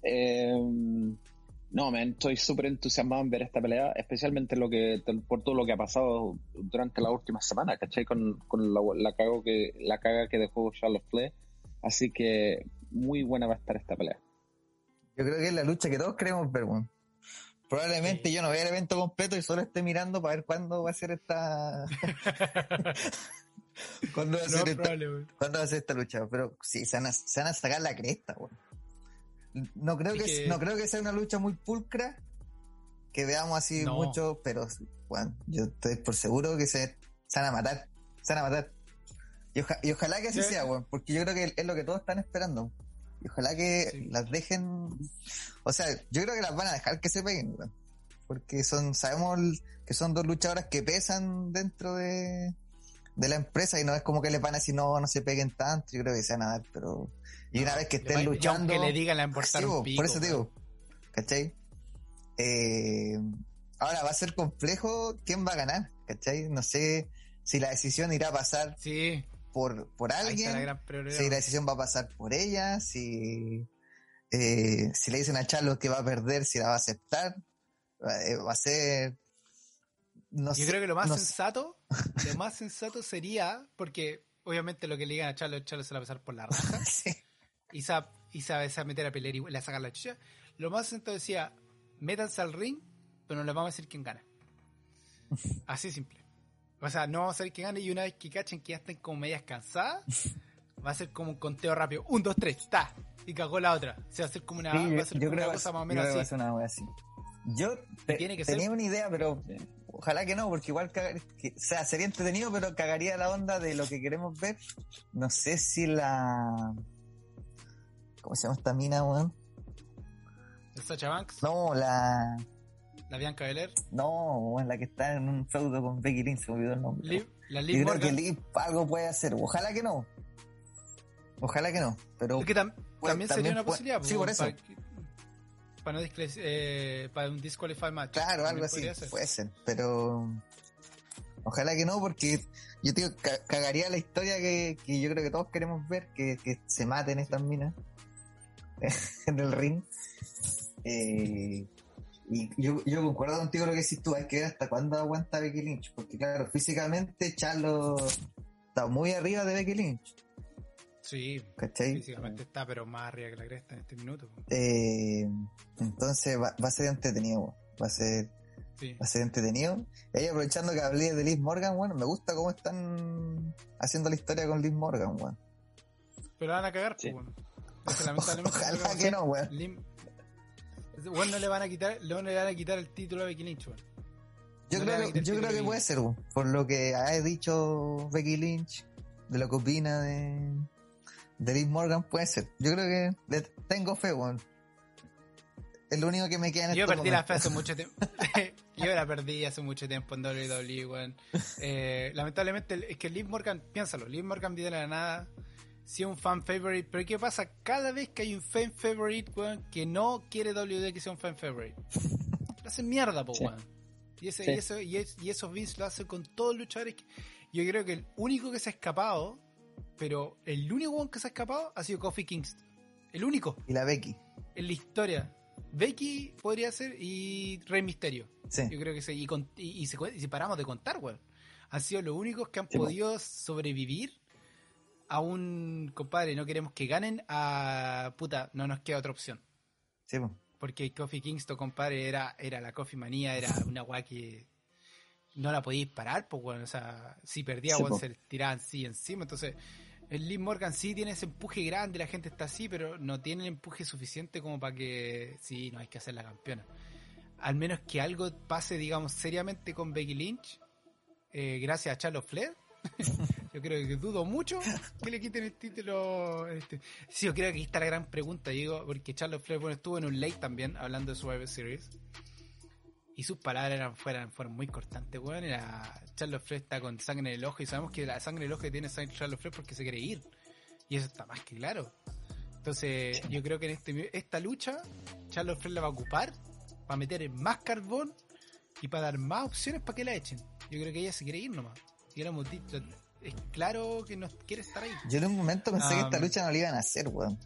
No, man, estoy súper entusiasmado en ver esta pelea, especialmente por todo lo que ha pasado durante la última semana, ¿cachai? Con la caga que dejó Charlotte Flair. Así que muy buena va a estar esta pelea. Yo creo que es la lucha que todos queremos ver, weón. Probablemente yo no vea el evento completo y solo esté mirando para ver cuándo va a ser esta... ¿Cuándo va a ser esta lucha? Pero sí, se van a sacar la cresta, weón. No creo que sea una lucha muy pulcra, que veamos así mucho, pero bueno, yo estoy por seguro que se van a matar. Y ojalá que así sea, weón, porque yo creo que es lo que todos están esperando. Y ojalá que las dejen, o sea, yo creo que las van a dejar que se peguen, weón, porque sabemos que son dos luchadoras que pesan dentro de la empresa y no es como que les van a decir no se peguen tanto. Yo creo que se van a dar, pero y una vez que estén luchando, que le digan a importar un pico, por eso te digo, ¿cachai? Ahora va a ser complejo quién va a ganar, ¿cachai? No sé si la decisión irá a pasar por alguien, si la decisión va a pasar por ella, si le dicen a Charlotte que va a perder, si la va a aceptar, va a ser... Yo creo que lo más sensato sería, porque obviamente lo que le digan a Charlotte se la va a pasar por la raja, sí. y se va a meter a pelear y le va a sacar la chucha. Lo más sensato decía, métanse al ring, pero no les vamos a decir quién gana. Así simple. O sea, no vamos a saber quién gana, y una vez que cachen que ya estén como medias cansadas, va a ser como un conteo rápido. 1, 2, 3, ¡ta! Y cagó la otra. Se va a hacer como una, una cosa más o menos así. Una wea así. Yo tenía una idea, pero ojalá que no, porque igual o sea, sería entretenido, pero cagaría la onda de lo que queremos ver. No sé si ¿cómo se llama esta mina, weón? ¿El Sasha Banks? No, ¿La Bianca Belair? No, weón, la que está en un feudo con Becky Lynch, se me olvidó el nombre. La Liv Morgan. Creo que Liv algo puede hacer. Ojalá que no, pero... Es que también sería una posibilidad. Sí, por eso. Para un disqualify match. Claro, algo así, puede ser, pero ojalá que no, porque yo te digo, cagaría la historia que yo creo que todos queremos ver, que se maten estas minas en el ring. Y yo concuerdo contigo lo que decís tú, hay que ver hasta cuándo aguanta Becky Lynch, porque claro, físicamente Charlotte está muy arriba de Becky Lynch. Sí, ¿cachai? Físicamente está, pero más arriba que la cresta en este minuto. Entonces va a ser entretenido, va a ser entretenido. Y ahí, aprovechando que hablé de Liv Morgan, bueno, me gusta cómo están haciendo la historia con Liv Morgan, bueno. Pero van a cagar, pues, bueno. Ojalá que no, weón. Bueno, no le van a quitar el título a Becky Lynch, weón. Yo creo que puede ser, weón, por lo que ha dicho Becky Lynch, de lo que opina de Liv Morgan, puede ser. Yo creo que le tengo fe, weón. Es lo único que me queda en Yo perdí la fe hace mucho tiempo. Yo la perdí hace mucho tiempo en WWE, weón. Lamentablemente, es que Liv Morgan, piénsalo, Liv Morgan viene de la nada, sí un fan favorite, pero ¿qué pasa? Cada vez que hay un fan favorite, weón, que no quiere WWE que sea un fan favorite, lo hacen mierda, po, weón. Y eso Vince lo hace con todos los luchadores. Yo creo que el único que se ha escapado pero el único weón que se ha escapado ha sido Kofi Kingston. El único. Y la Becky. En la historia. Becky podría ser y Rey Mysterio. Sí. Yo creo que sí. Y si paramos de contar, weón. Han sido los únicos que han Sí, podido sobrevivir a un compadre. No queremos que ganen a puta. No nos queda otra opción. Sí, po. Porque Kofi Kingston, compadre, era la Kofi manía. Era una weá que no la podíais parar, pues, weón. O sea, si perdía, Sí, weón, po. se le tiraban sí encima. Entonces, el Liv Morgan sí tiene ese empuje grande, la gente está así, pero no tiene el empuje suficiente como para que sí, no hay que hacer la campeona. Al menos que algo pase, digamos, seriamente con Becky Lynch, gracias a Charlotte Flair. Yo creo que dudo mucho que le quiten el título. Sí, yo creo que aquí está la gran pregunta, digo, porque Charlotte Flair, bueno, estuvo en un late también hablando de Survivor Series. Y sus palabras fueron muy cortantes, weón. Charlotte Flair está con sangre en el ojo y sabemos que la sangre en el ojo que tiene Charlotte Flair porque se quiere ir. Y eso está más que claro. Entonces, yo creo que en esta lucha, Charlotte Flair la va a ocupar para meter más carbón y para dar más opciones para que la echen. Yo creo que ella se quiere ir nomás. Y lo hemos dicho, es claro que no quiere estar ahí. Yo en un momento pensé que esta lucha no la iban a hacer, weón.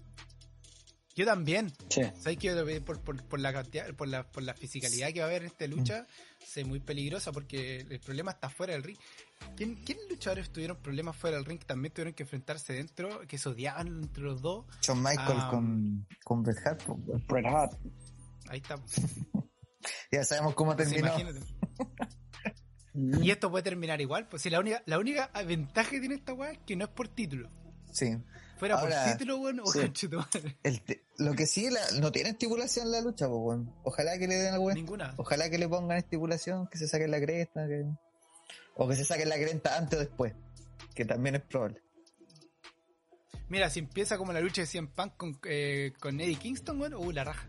Yo también. Sí. ¿Sabes que por la cantidad, por la fisicalidad que va a haber en esta lucha, sé muy peligrosa porque el problema está fuera del ring? ¿Quién luchadores tuvieron problemas fuera del ring que también tuvieron que enfrentarse dentro, que se odiaban entre los dos? Shawn Michaels con Bret Hart, po, weón. Bret Hart. Ahí está. Ya sabemos cómo Entonces, terminó. imagínate. Y esto puede terminar igual, pues si la única ventaja que tiene esta weá es que no es por título. Sí. Fuera Ahora, por título, weón, o sí. conchetumadre. Lo que sí, no tiene estipulación la lucha, pues, weón. Ojalá que le den algo. Ninguna. Ojalá que le pongan estipulación, que se saquen la cresta, o que se saquen la cresta antes o después, que también es probable. Mira, si empieza como la lucha de CM Punk con Eddie Kingston, weón, la raja.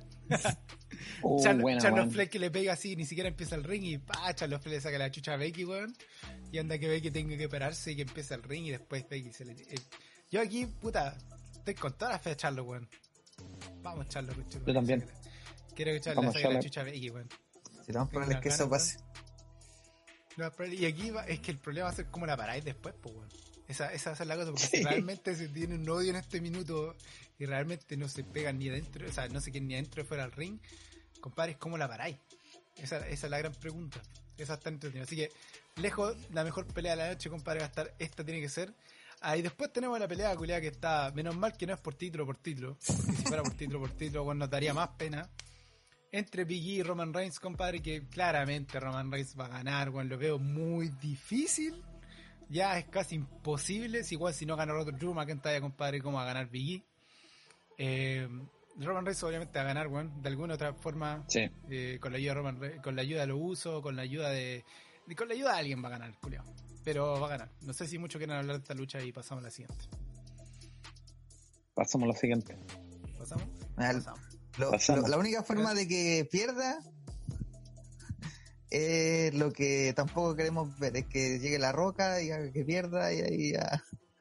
Buena, Charlotte weón. Flair que le pega así, ni siquiera empieza el ring y Charlotte Flair le saca la chucha a Becky, weón. Y anda que Becky tenga que pararse y que empieza el ring y después Becky se le... yo aquí, puta, estoy con toda la fe de Charlotte, weón. Vamos, Charlotte, weón. Yo también. Quiero que Charlotte Vamos, le saque la Charlotte. chucha a Becky, weón. Si no, Tengo es unas que eso ganas, pase. No, y aquí es que el problema va a ser cómo la paráis después, pues, weón. Esa va a ser la cosa, porque Sí. si realmente se tiene un odio en este minuto y realmente no se pegan ni adentro, o sea, no se quieren ni adentro ni fuera del ring, compadre, ¿cómo la paráis? Esa es la gran pregunta. Esa está entretenida. Así que, lejos, la mejor pelea de la noche, compadre, va a estar, esta tiene que ser. Ahí después tenemos la pelea culiada que está, menos mal que no es por título, porque si fuera por título, bueno, nos daría más pena. Entre Big E y Roman Reigns, compadre, que claramente Roman Reigns va a ganar, bueno, lo veo muy difícil. Ya es casi imposible, si no gana Drew McIntyre, compadre, ¿cómo va a ganar Big E? Roman Reigns obviamente va a ganar, bueno, de alguna otra forma, Sí. con la ayuda de Roman Reigns, con la ayuda de los usos, con la ayuda de alguien va a ganar, culiao. Pero va a ganar. No sé si mucho quieren hablar de esta lucha y pasamos a la siguiente. Pasamos a lo siguiente. ¿Pasamos? Al- Pasamos. La única forma de que pierda es lo que tampoco queremos ver, es que llegue la Roca y haga que pierda y ahí ya.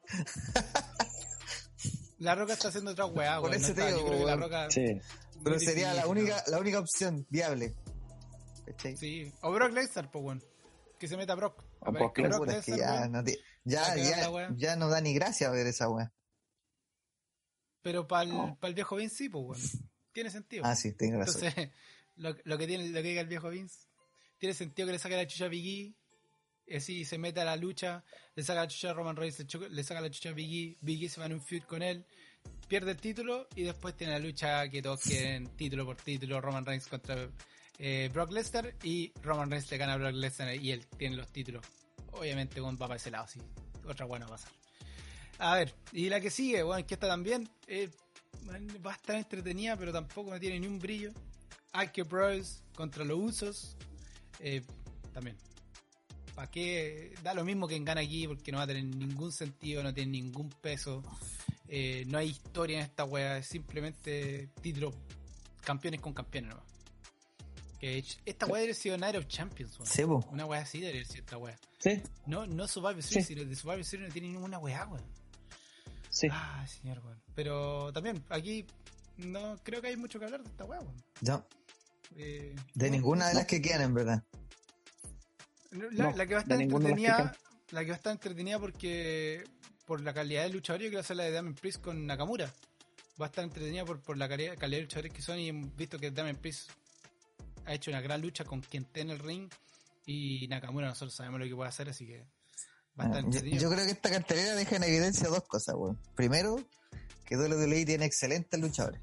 La Roca está haciendo otra weá, Por weón. eso No te está, yo digo, creo que la weón. Roca... Sí. Pero muy sería difícil, la única opción viable. ¿Cachai? Sí. O Brock Lesnar, pues, weón. Que se meta Brock. O Brock Lesnar. Puta, es que Lesnar, ya weón. no, Va a cagar la wea. ya no da ni gracia ver esa wea. Pero para No. el viejo Vince sí, pues, weón. Tiene sentido. Ah, sí, tienes razón. Entonces, lo que diga el viejo Vince, tiene sentido que le saque la chucha a Big E, así se meta a la lucha, le saca la chucha a Roman Reigns, le saca la chucha a Big E se va en un feud con él, pierde el título y después tiene la lucha que todos quieren, título por título, Roman Reigns contra Brock Lesnar, y Roman Reigns le gana a Brock Lesnar y él tiene los títulos. Obviamente va para ese lado, sí. Otra buena va a pasar. A ver, y la que sigue, bueno, que esta también va a estar entretenida, pero tampoco me tiene ni un brillo. Ike Bros contra los Usos. También. ¿Para qué? Da lo mismo quien gana aquí, porque no va a tener ningún sentido, no tiene ningún peso. No hay historia en esta wea, es simplemente título campeones con campeones nomás. Que esta wea debe haber sido Night of Champions, weón. Sí, po. Una wea así debe haber sido esta wea. Sí. No Survivor Series, Sí. sino de Survivor Series no tiene ninguna wea, weón. Sí. Ah, señor, weón. Pero también, aquí no creo que hay mucho que hablar de esta weá, weón. No, Eh, de ninguna de las que quedan, en verdad. la que va a estar de ninguna de las que entretenida, la que va a estar entretenida porque por la calidad de luchadores, yo quiero hacer la de Damien Priest con Nakamura. Va a estar entretenida por la calidad de luchadores que son, y hemos visto que Damien Priest ha hecho una gran lucha con quien esté en el ring, y Nakamura nosotros sabemos lo que puede hacer, así que va a estar entretenido. Yo creo que esta cartelera deja en evidencia dos cosas, weón. Primero, que WWE tiene excelentes luchadores.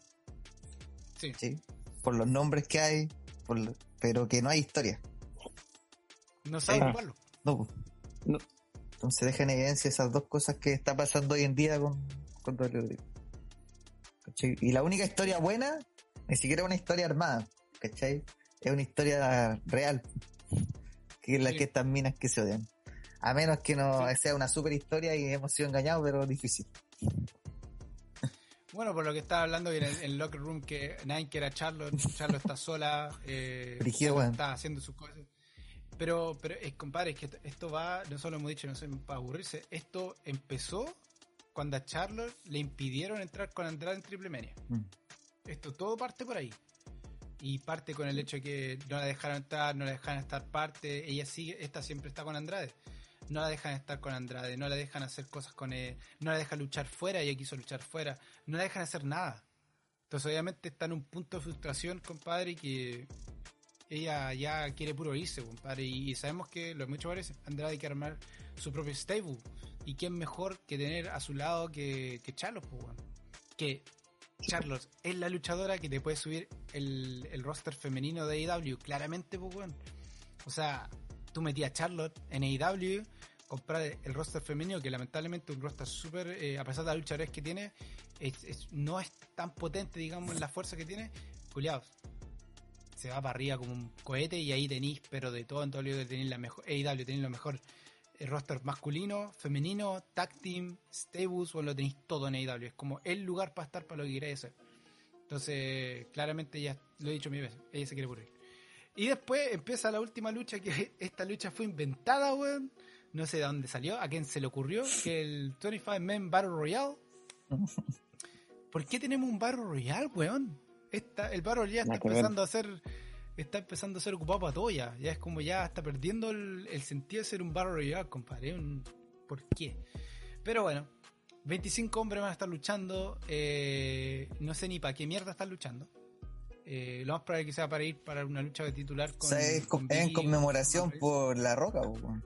Sí. Por los nombres que hay, pero que no hay historia. No saben ocuparlo. No. Entonces deja en evidencia esas dos cosas que está pasando hoy en día con WWE. ¿Cachai? Y la única historia buena, ni siquiera una historia armada, ¿cachai? Es una historia real, que es la que estas minas que se odian. A menos que no sea una super historia y hemos sido engañados, pero difícil. Bueno, por lo que estaba hablando en el locker room, que nadie quiere a Charlotte está sola, está haciendo sus cosas. Pero compadre, es que esto va, nosotros lo hemos dicho, no sé, para aburrirse, esto empezó cuando a Charlotte le impidieron entrar con Andrade en Triple Mania. Esto todo parte por ahí. Y parte con el hecho de que no la dejaron entrar, no la dejaron estar parte, esta siempre está con Andrade. No la dejan estar con Andrade, no la dejan hacer cosas con él, no la dejan luchar fuera, ella quiso luchar fuera, no la dejan hacer nada. Entonces obviamente está en un punto de frustración, compadre, que ella ya quiere puro irse, compadre, y sabemos que lo hemos hecho varias veces, Andrade quiere armar su propio stable, y quién mejor que tener a su lado que Charlotte, pues, bueno. Que Charlotte es la luchadora que te puede subir el roster femenino de AEW, claramente, pues, bueno. O sea, tú metías a Charlotte en AEW, comprar el roster femenino, que lamentablemente un roster súper, a pesar de las luchadoras que tiene, no es tan potente, digamos, en la fuerza que tiene. Culiados, se va para arriba como un cohete, y ahí tenéis, pero de todo en AEW tenéis lo mejor roster masculino, femenino, tag team, stables, lo tenéis todo en AEW. Es como el lugar para estar para lo que queráis hacer. Entonces, claramente ya lo he dicho mil veces, ella se quiere por ir. Y después empieza la última lucha, que esta lucha fue inventada, weón. No sé de dónde salió, a quién se le ocurrió, que el 25 Men Battle Royale. ¿Por qué tenemos un Battle Royale, weón? El Battle Royale está empezando a ser ocupado para todo ya. Ya es como ya está perdiendo el sentido de ser un Battle Royale, compadre. ¿Por qué? Pero bueno, 25 hombres van a estar luchando. No sé ni para qué mierda están luchando. Lo más probable es que sea para ir para una lucha de titular con... Es en conmemoración por La Roca, weón.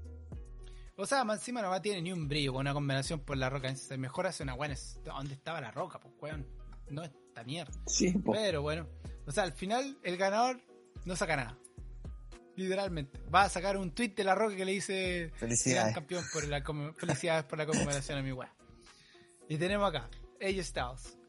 O sea, más encima no tiene ni un brillo con una conmemoración por La Roca. Mejor hace una buena... ¿Dónde estaba La Roca, pues, weón? No, esta mierda. Sí, pero bueno, o sea, al final el ganador no saca nada. Literalmente. Va a sacar un tweet de La Roca que le dice... Felicidades. Campeón felicidades por la conmemoración a mi weón. Y tenemos acá AJ Styles,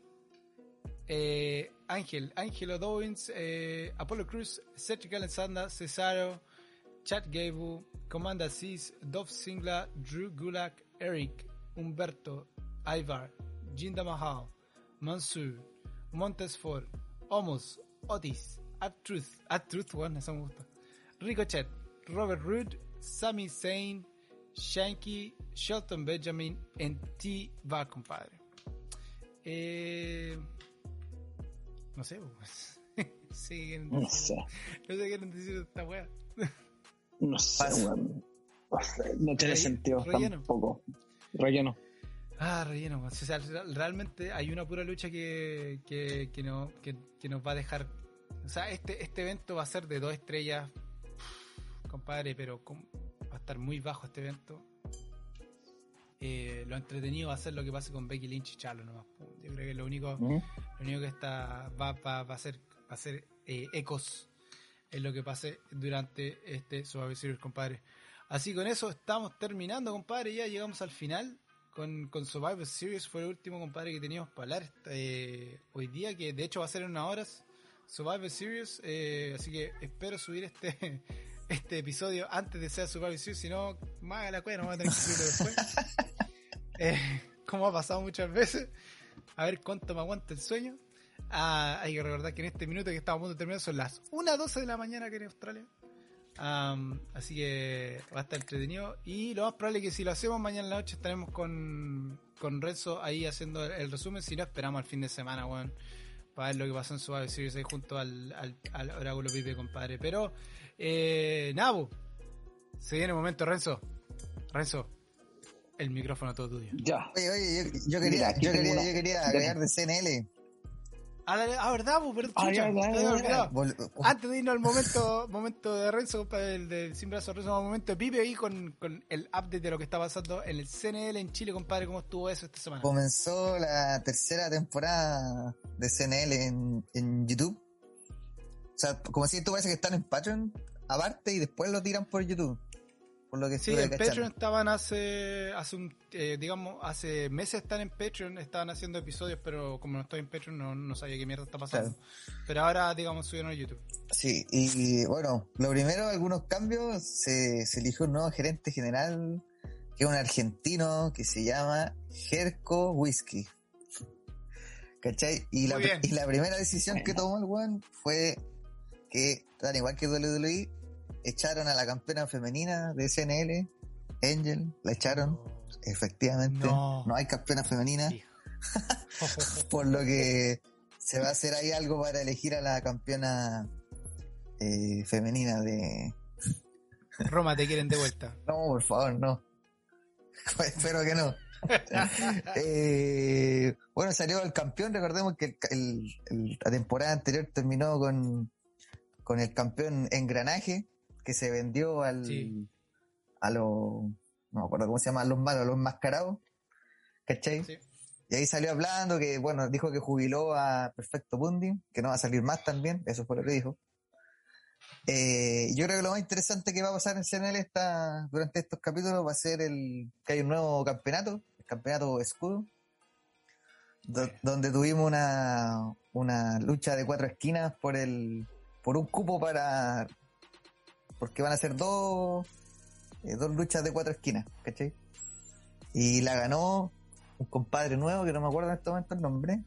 Angelo Dowens, Apollo Crews, Cedric Alexander, Cesaro, Chad Gable, Commander Aziz, Dolph Ziggler, Drew Gulak, Eric, Humberto, Ivar, Jinder Mahal, Mansoor, Montez Ford, Omos, Otis, Ad-Truth, bueno, eso me gusta, Ricochet, Robert Roode, Sami Zayn, Shanky, Shelton Benjamin, en T-Bar, compadre. No sé, pues. Sí, no sé qué quieren decir de esta wea. No sé, weón. No tiene sentido tampoco. Relleno. Relleno. O sea, realmente hay una pura lucha que nos va a dejar. O sea, este evento va a ser de 2 estrellas, compadre, pero va a estar muy bajo este evento. Lo entretenido va a ser lo que pase con Becky Lynch y Charlotte nomás. Yo creo que lo único que está va a ser ecos en lo que pase durante este Survivor Series, compadre. Así con eso estamos terminando, compadre. Ya llegamos al final con Survivor Series. Fue el último, compadre, que teníamos para hablar hoy día, que de hecho va a ser en unas horas Survivor Series. Así que espero subir este episodio antes de ser Survivor Series, si no, más a la cueva, no vamos a tener que subirlo después. Como ha pasado muchas veces. A ver cuánto me aguanta el sueño. Hay que recordar que en este minuto que estamos a punto de terminar son las 1:12 de la mañana aquí en Australia. Así que va a estar entretenido. Y lo más probable es que si lo hacemos mañana en la noche estaremos con Renzo ahí haciendo el resumen. Si no, esperamos al fin de semana, weón, para ver lo que pasó en Survivor Series ahí junto al Oráculo Pipe, compadre. Pero Nabo, se viene el momento, Renzo. el micrófono todo tuyo. Ya. Oye, yo Mira, quería agregar de CNL. ¿Verdad? Pues, chucha, te había olvidado. Antes de irnos al momento de Renzo, compadre, el de Sin Brazo Renzo, un momento de Pipe ahí con el update de lo que está pasando en el CNL en Chile, compadre, ¿cómo estuvo eso esta semana? Comenzó la tercera temporada de CNL en YouTube. O sea, como si tú parece que están en Patreon aparte y después lo tiran por YouTube. Por lo que sí, en Patreon estaban hace meses están en Patreon, estaban haciendo episodios, pero como no estoy en Patreon no sabía qué mierda está pasando. Claro. Pero ahora, digamos, subieron a YouTube. Sí, y bueno, lo primero, algunos cambios, se eligió un nuevo gerente general, que es un argentino que se llama Jerko Whisky. ¿Cachai? Y la primera decisión que tomó el weón fue que, tan igual que WWE, echaron a la campeona femenina de SNL, Angel, la echaron, efectivamente, no hay campeona femenina, por lo que se va a hacer ahí algo para elegir a la campeona femenina de... Roma, te quieren de vuelta. No, por favor, no. Espero que no. Bueno, salió el campeón, recordemos que la temporada anterior terminó con el campeón Engranaje, que se vendió a los, no me acuerdo cómo se llama, a los malos, a los enmascarados, ¿cachai? Sí. Y ahí salió hablando que, bueno, dijo que jubiló a Perfecto Bundy, que no va a salir más también, eso fue lo que dijo. Yo creo que lo más interesante que va a pasar en CNL durante estos capítulos va a ser que hay un nuevo campeonato, el campeonato escudo, donde tuvimos una lucha de 4 esquinas por un cupo porque van a ser dos luchas de 4 esquinas, ¿cachai? Y la ganó un compadre nuevo, que no me acuerdo en este momento el nombre,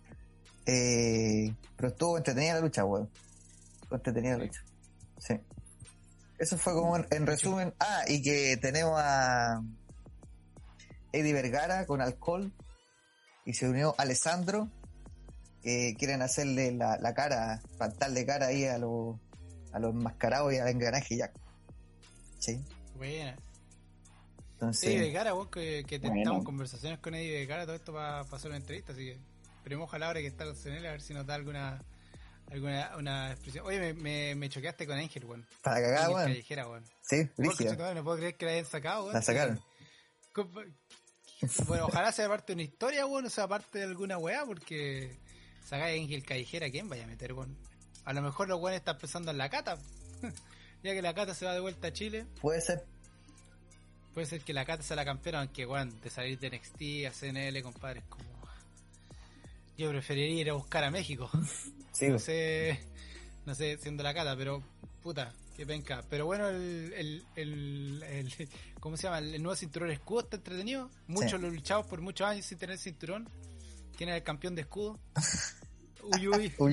pero estuvo entretenida la lucha, weón. Estuvo entretenida la lucha. Sí. Eso fue como en resumen. Y que tenemos a Eddie Vergara con alcohol y se unió Alessandro, que quieren hacerle la cara, plantarle cara ahí a los enmascarados y al engranaje Jack. Sí. Buena. Entonces, Eddie Vergara, vos que estamos en conversaciones con Eddie Vergara, todo esto para hacer una entrevista, así que esperemos ojalá ahora que está con CNL a ver si nos da alguna expresión. Oye, me choqueaste con Ángel, weón. Para cagar, weón. Callejera, weón. Sí, rígido. No puedo creer que la hayan sacado, weón. La sacaron. Bueno, ojalá sea parte de una historia, weón, o sea parte de alguna weá, porque sacar a Ángel Callejera, ¿quién vaya a meter, weón? A lo mejor los weones están pensando en la Cata, ya que la Cata se va de vuelta a Chile. Puede ser que la Cata sea la campeona, aunque, weón, de salir de NXT a CNL, compadre, es como... Yo preferiría ir a buscar a México. Sí, no sé, siendo la Cata, pero puta, qué penca. Pero bueno, ¿cómo se llama? El nuevo cinturón escudo está entretenido. Muchos lo luchamos por muchos años sin tener cinturón. ¿Quién era el campeón de escudo? Uy.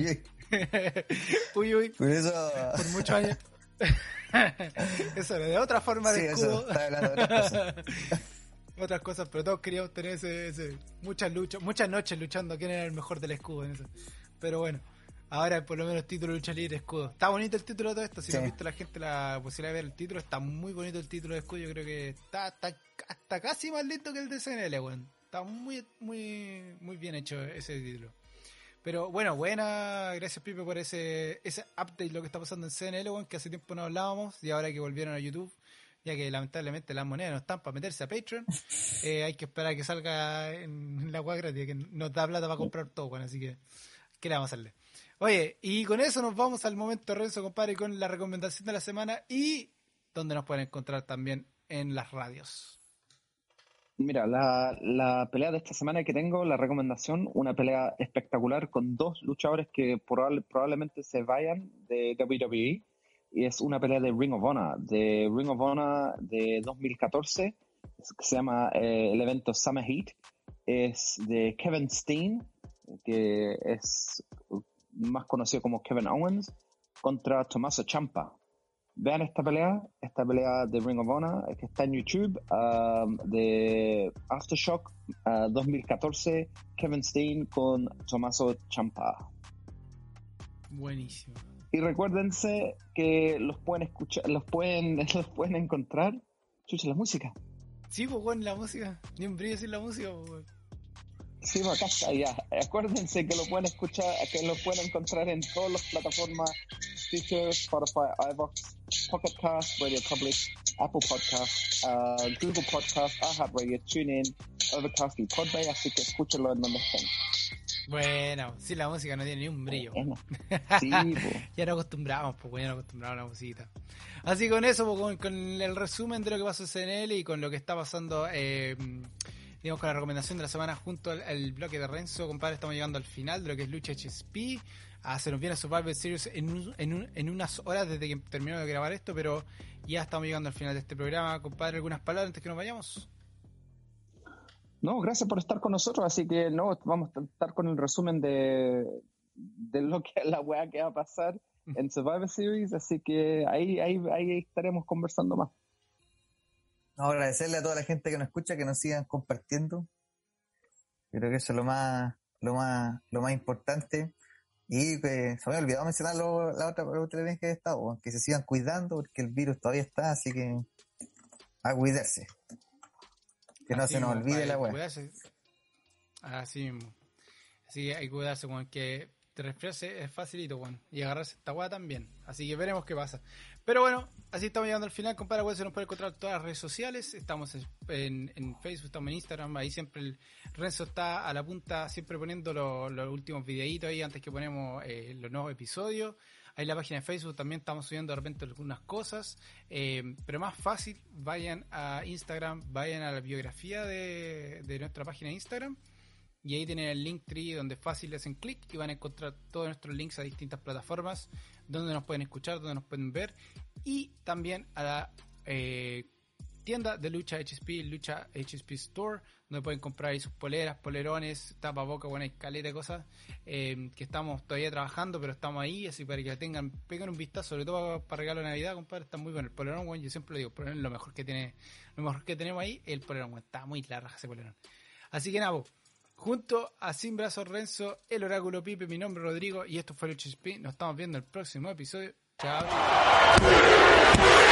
Uy. Por eso... Por muchos años. Eso era de otra forma de escudo. Eso, está hablando de otras cosas. Otras cosas, pero todos queríamos tener ese muchas noches luchando quién era el mejor del escudo en eso. Pero bueno, ahora por lo menos título de lucha libre escudo. Está bonito el título de todo esto, si no ha visto la gente la posibilidad de ver el título, está muy bonito el título de escudo, yo creo que está hasta casi más lindo que el de CNL, weón. Está muy bien hecho ese título. Pero bueno, gracias Pipe por ese update, lo que está pasando en CNL, weón, que hace tiempo no hablábamos y ahora que volvieron a YouTube, ya que lamentablemente las monedas no están para meterse a Patreon, hay que esperar a que salga en la web gratis, que nos da plata para comprar todo, bueno, así que ¿qué le vamos a hacerle? Oye, y con eso nos vamos al momento Renzo, compadre, con la recomendación de la semana y donde nos pueden encontrar también en las radios. Mira, la pelea de esta semana que tengo, la recomendación, una pelea espectacular con 2 luchadores que probablemente se vayan de WWE. Y es una pelea de Ring of Honor de 2014, que se llama el evento Summer Heat. Es de Kevin Steen, que es más conocido como Kevin Owens, contra Tommaso Ciampa. Vean esta pelea de Ring of Honor, que está en YouTube, de Aftershock 2014, Kevin Steen con Tommaso Ciampa. Buenísimo. Y recuérdense que los pueden escuchar, los pueden encontrar. Chucha, la música. Sí, pues weón, la música. Ni un brillo sin la música, pues weón. Sí, acá está ya. Acuérdense que lo pueden escuchar, que lo pueden encontrar en todas las plataformas: Stitcher, Spotify, iVoox, Pocket Cast, Radio Public, Apple Podcast, Google Podcast, iHeartRadio, TuneIn, Overcast y Podbay, así que escúchenlo en donde estén. Bueno, sí, la música no tiene ni un brillo. Bueno. Sí, po. Ya nos acostumbramos, pues ya nos acostumbramos a la musiquita. Así con eso, pues, con el resumen de lo que pasó en CNL y con lo que está pasando, digamos, con la recomendación de la semana junto al bloque de Renzo, compadre, estamos llegando al final de lo que es Lucha HSP. Se nos viene Survivor Series en unas horas desde que terminamos de grabar esto, pero ya estamos llegando al final de este programa. Compadre, ¿algunas palabras antes que nos vayamos? No, gracias por estar con nosotros, así que no, vamos a estar con el resumen de lo que la weá que va a pasar en Survivor Series, así que ahí estaremos conversando más. Agradecerle a toda la gente que nos escucha, que nos sigan compartiendo. Creo que eso es lo más importante. Y se me había olvidado mencionar la otra vez que he estado, que se sigan cuidando porque el virus todavía está, así que a cuidarse. Que no se nos olvide la weá. Así mismo. Así que hay que cuidarse, con que te resfriarse es facilito, bueno, y agarrarse esta weá también. Así que veremos qué pasa. Pero bueno, así estamos llegando al final, compadre. Se nos puede encontrar en todas las redes sociales. Estamos en Facebook, estamos en Instagram. Ahí siempre el Renzo está a la punta, siempre poniendo los últimos videitos ahí antes que ponemos los nuevos episodios. Ahí en la página de Facebook también estamos subiendo de repente algunas cosas. Pero más fácil, vayan a Instagram, vayan a la biografía de nuestra página de Instagram. Y ahí tienen el Linktree donde fácil le hacen clic y van a encontrar todos nuestros links a distintas plataformas donde nos pueden escuchar, donde nos pueden ver, y también a la tienda de Lucha HSP, Lucha HSP Store, donde pueden comprar ahí sus poleras, polerones, tapabocas, bueno, hay caleta de cosas que estamos todavía trabajando, pero estamos ahí, así para que peguen un vistazo, sobre todo para regalo de Navidad, compadre. Está muy bueno el polerón, bueno, yo siempre lo digo, el polerón es lo mejor que tenemos ahí, el polerón, bueno, está muy larga ese polerón. Así que nada, junto a Sin Brazos Renzo, el Oráculo Pipe, mi nombre es Rodrigo y esto fue Lucha HSP. Nos estamos viendo en el próximo episodio. Chao.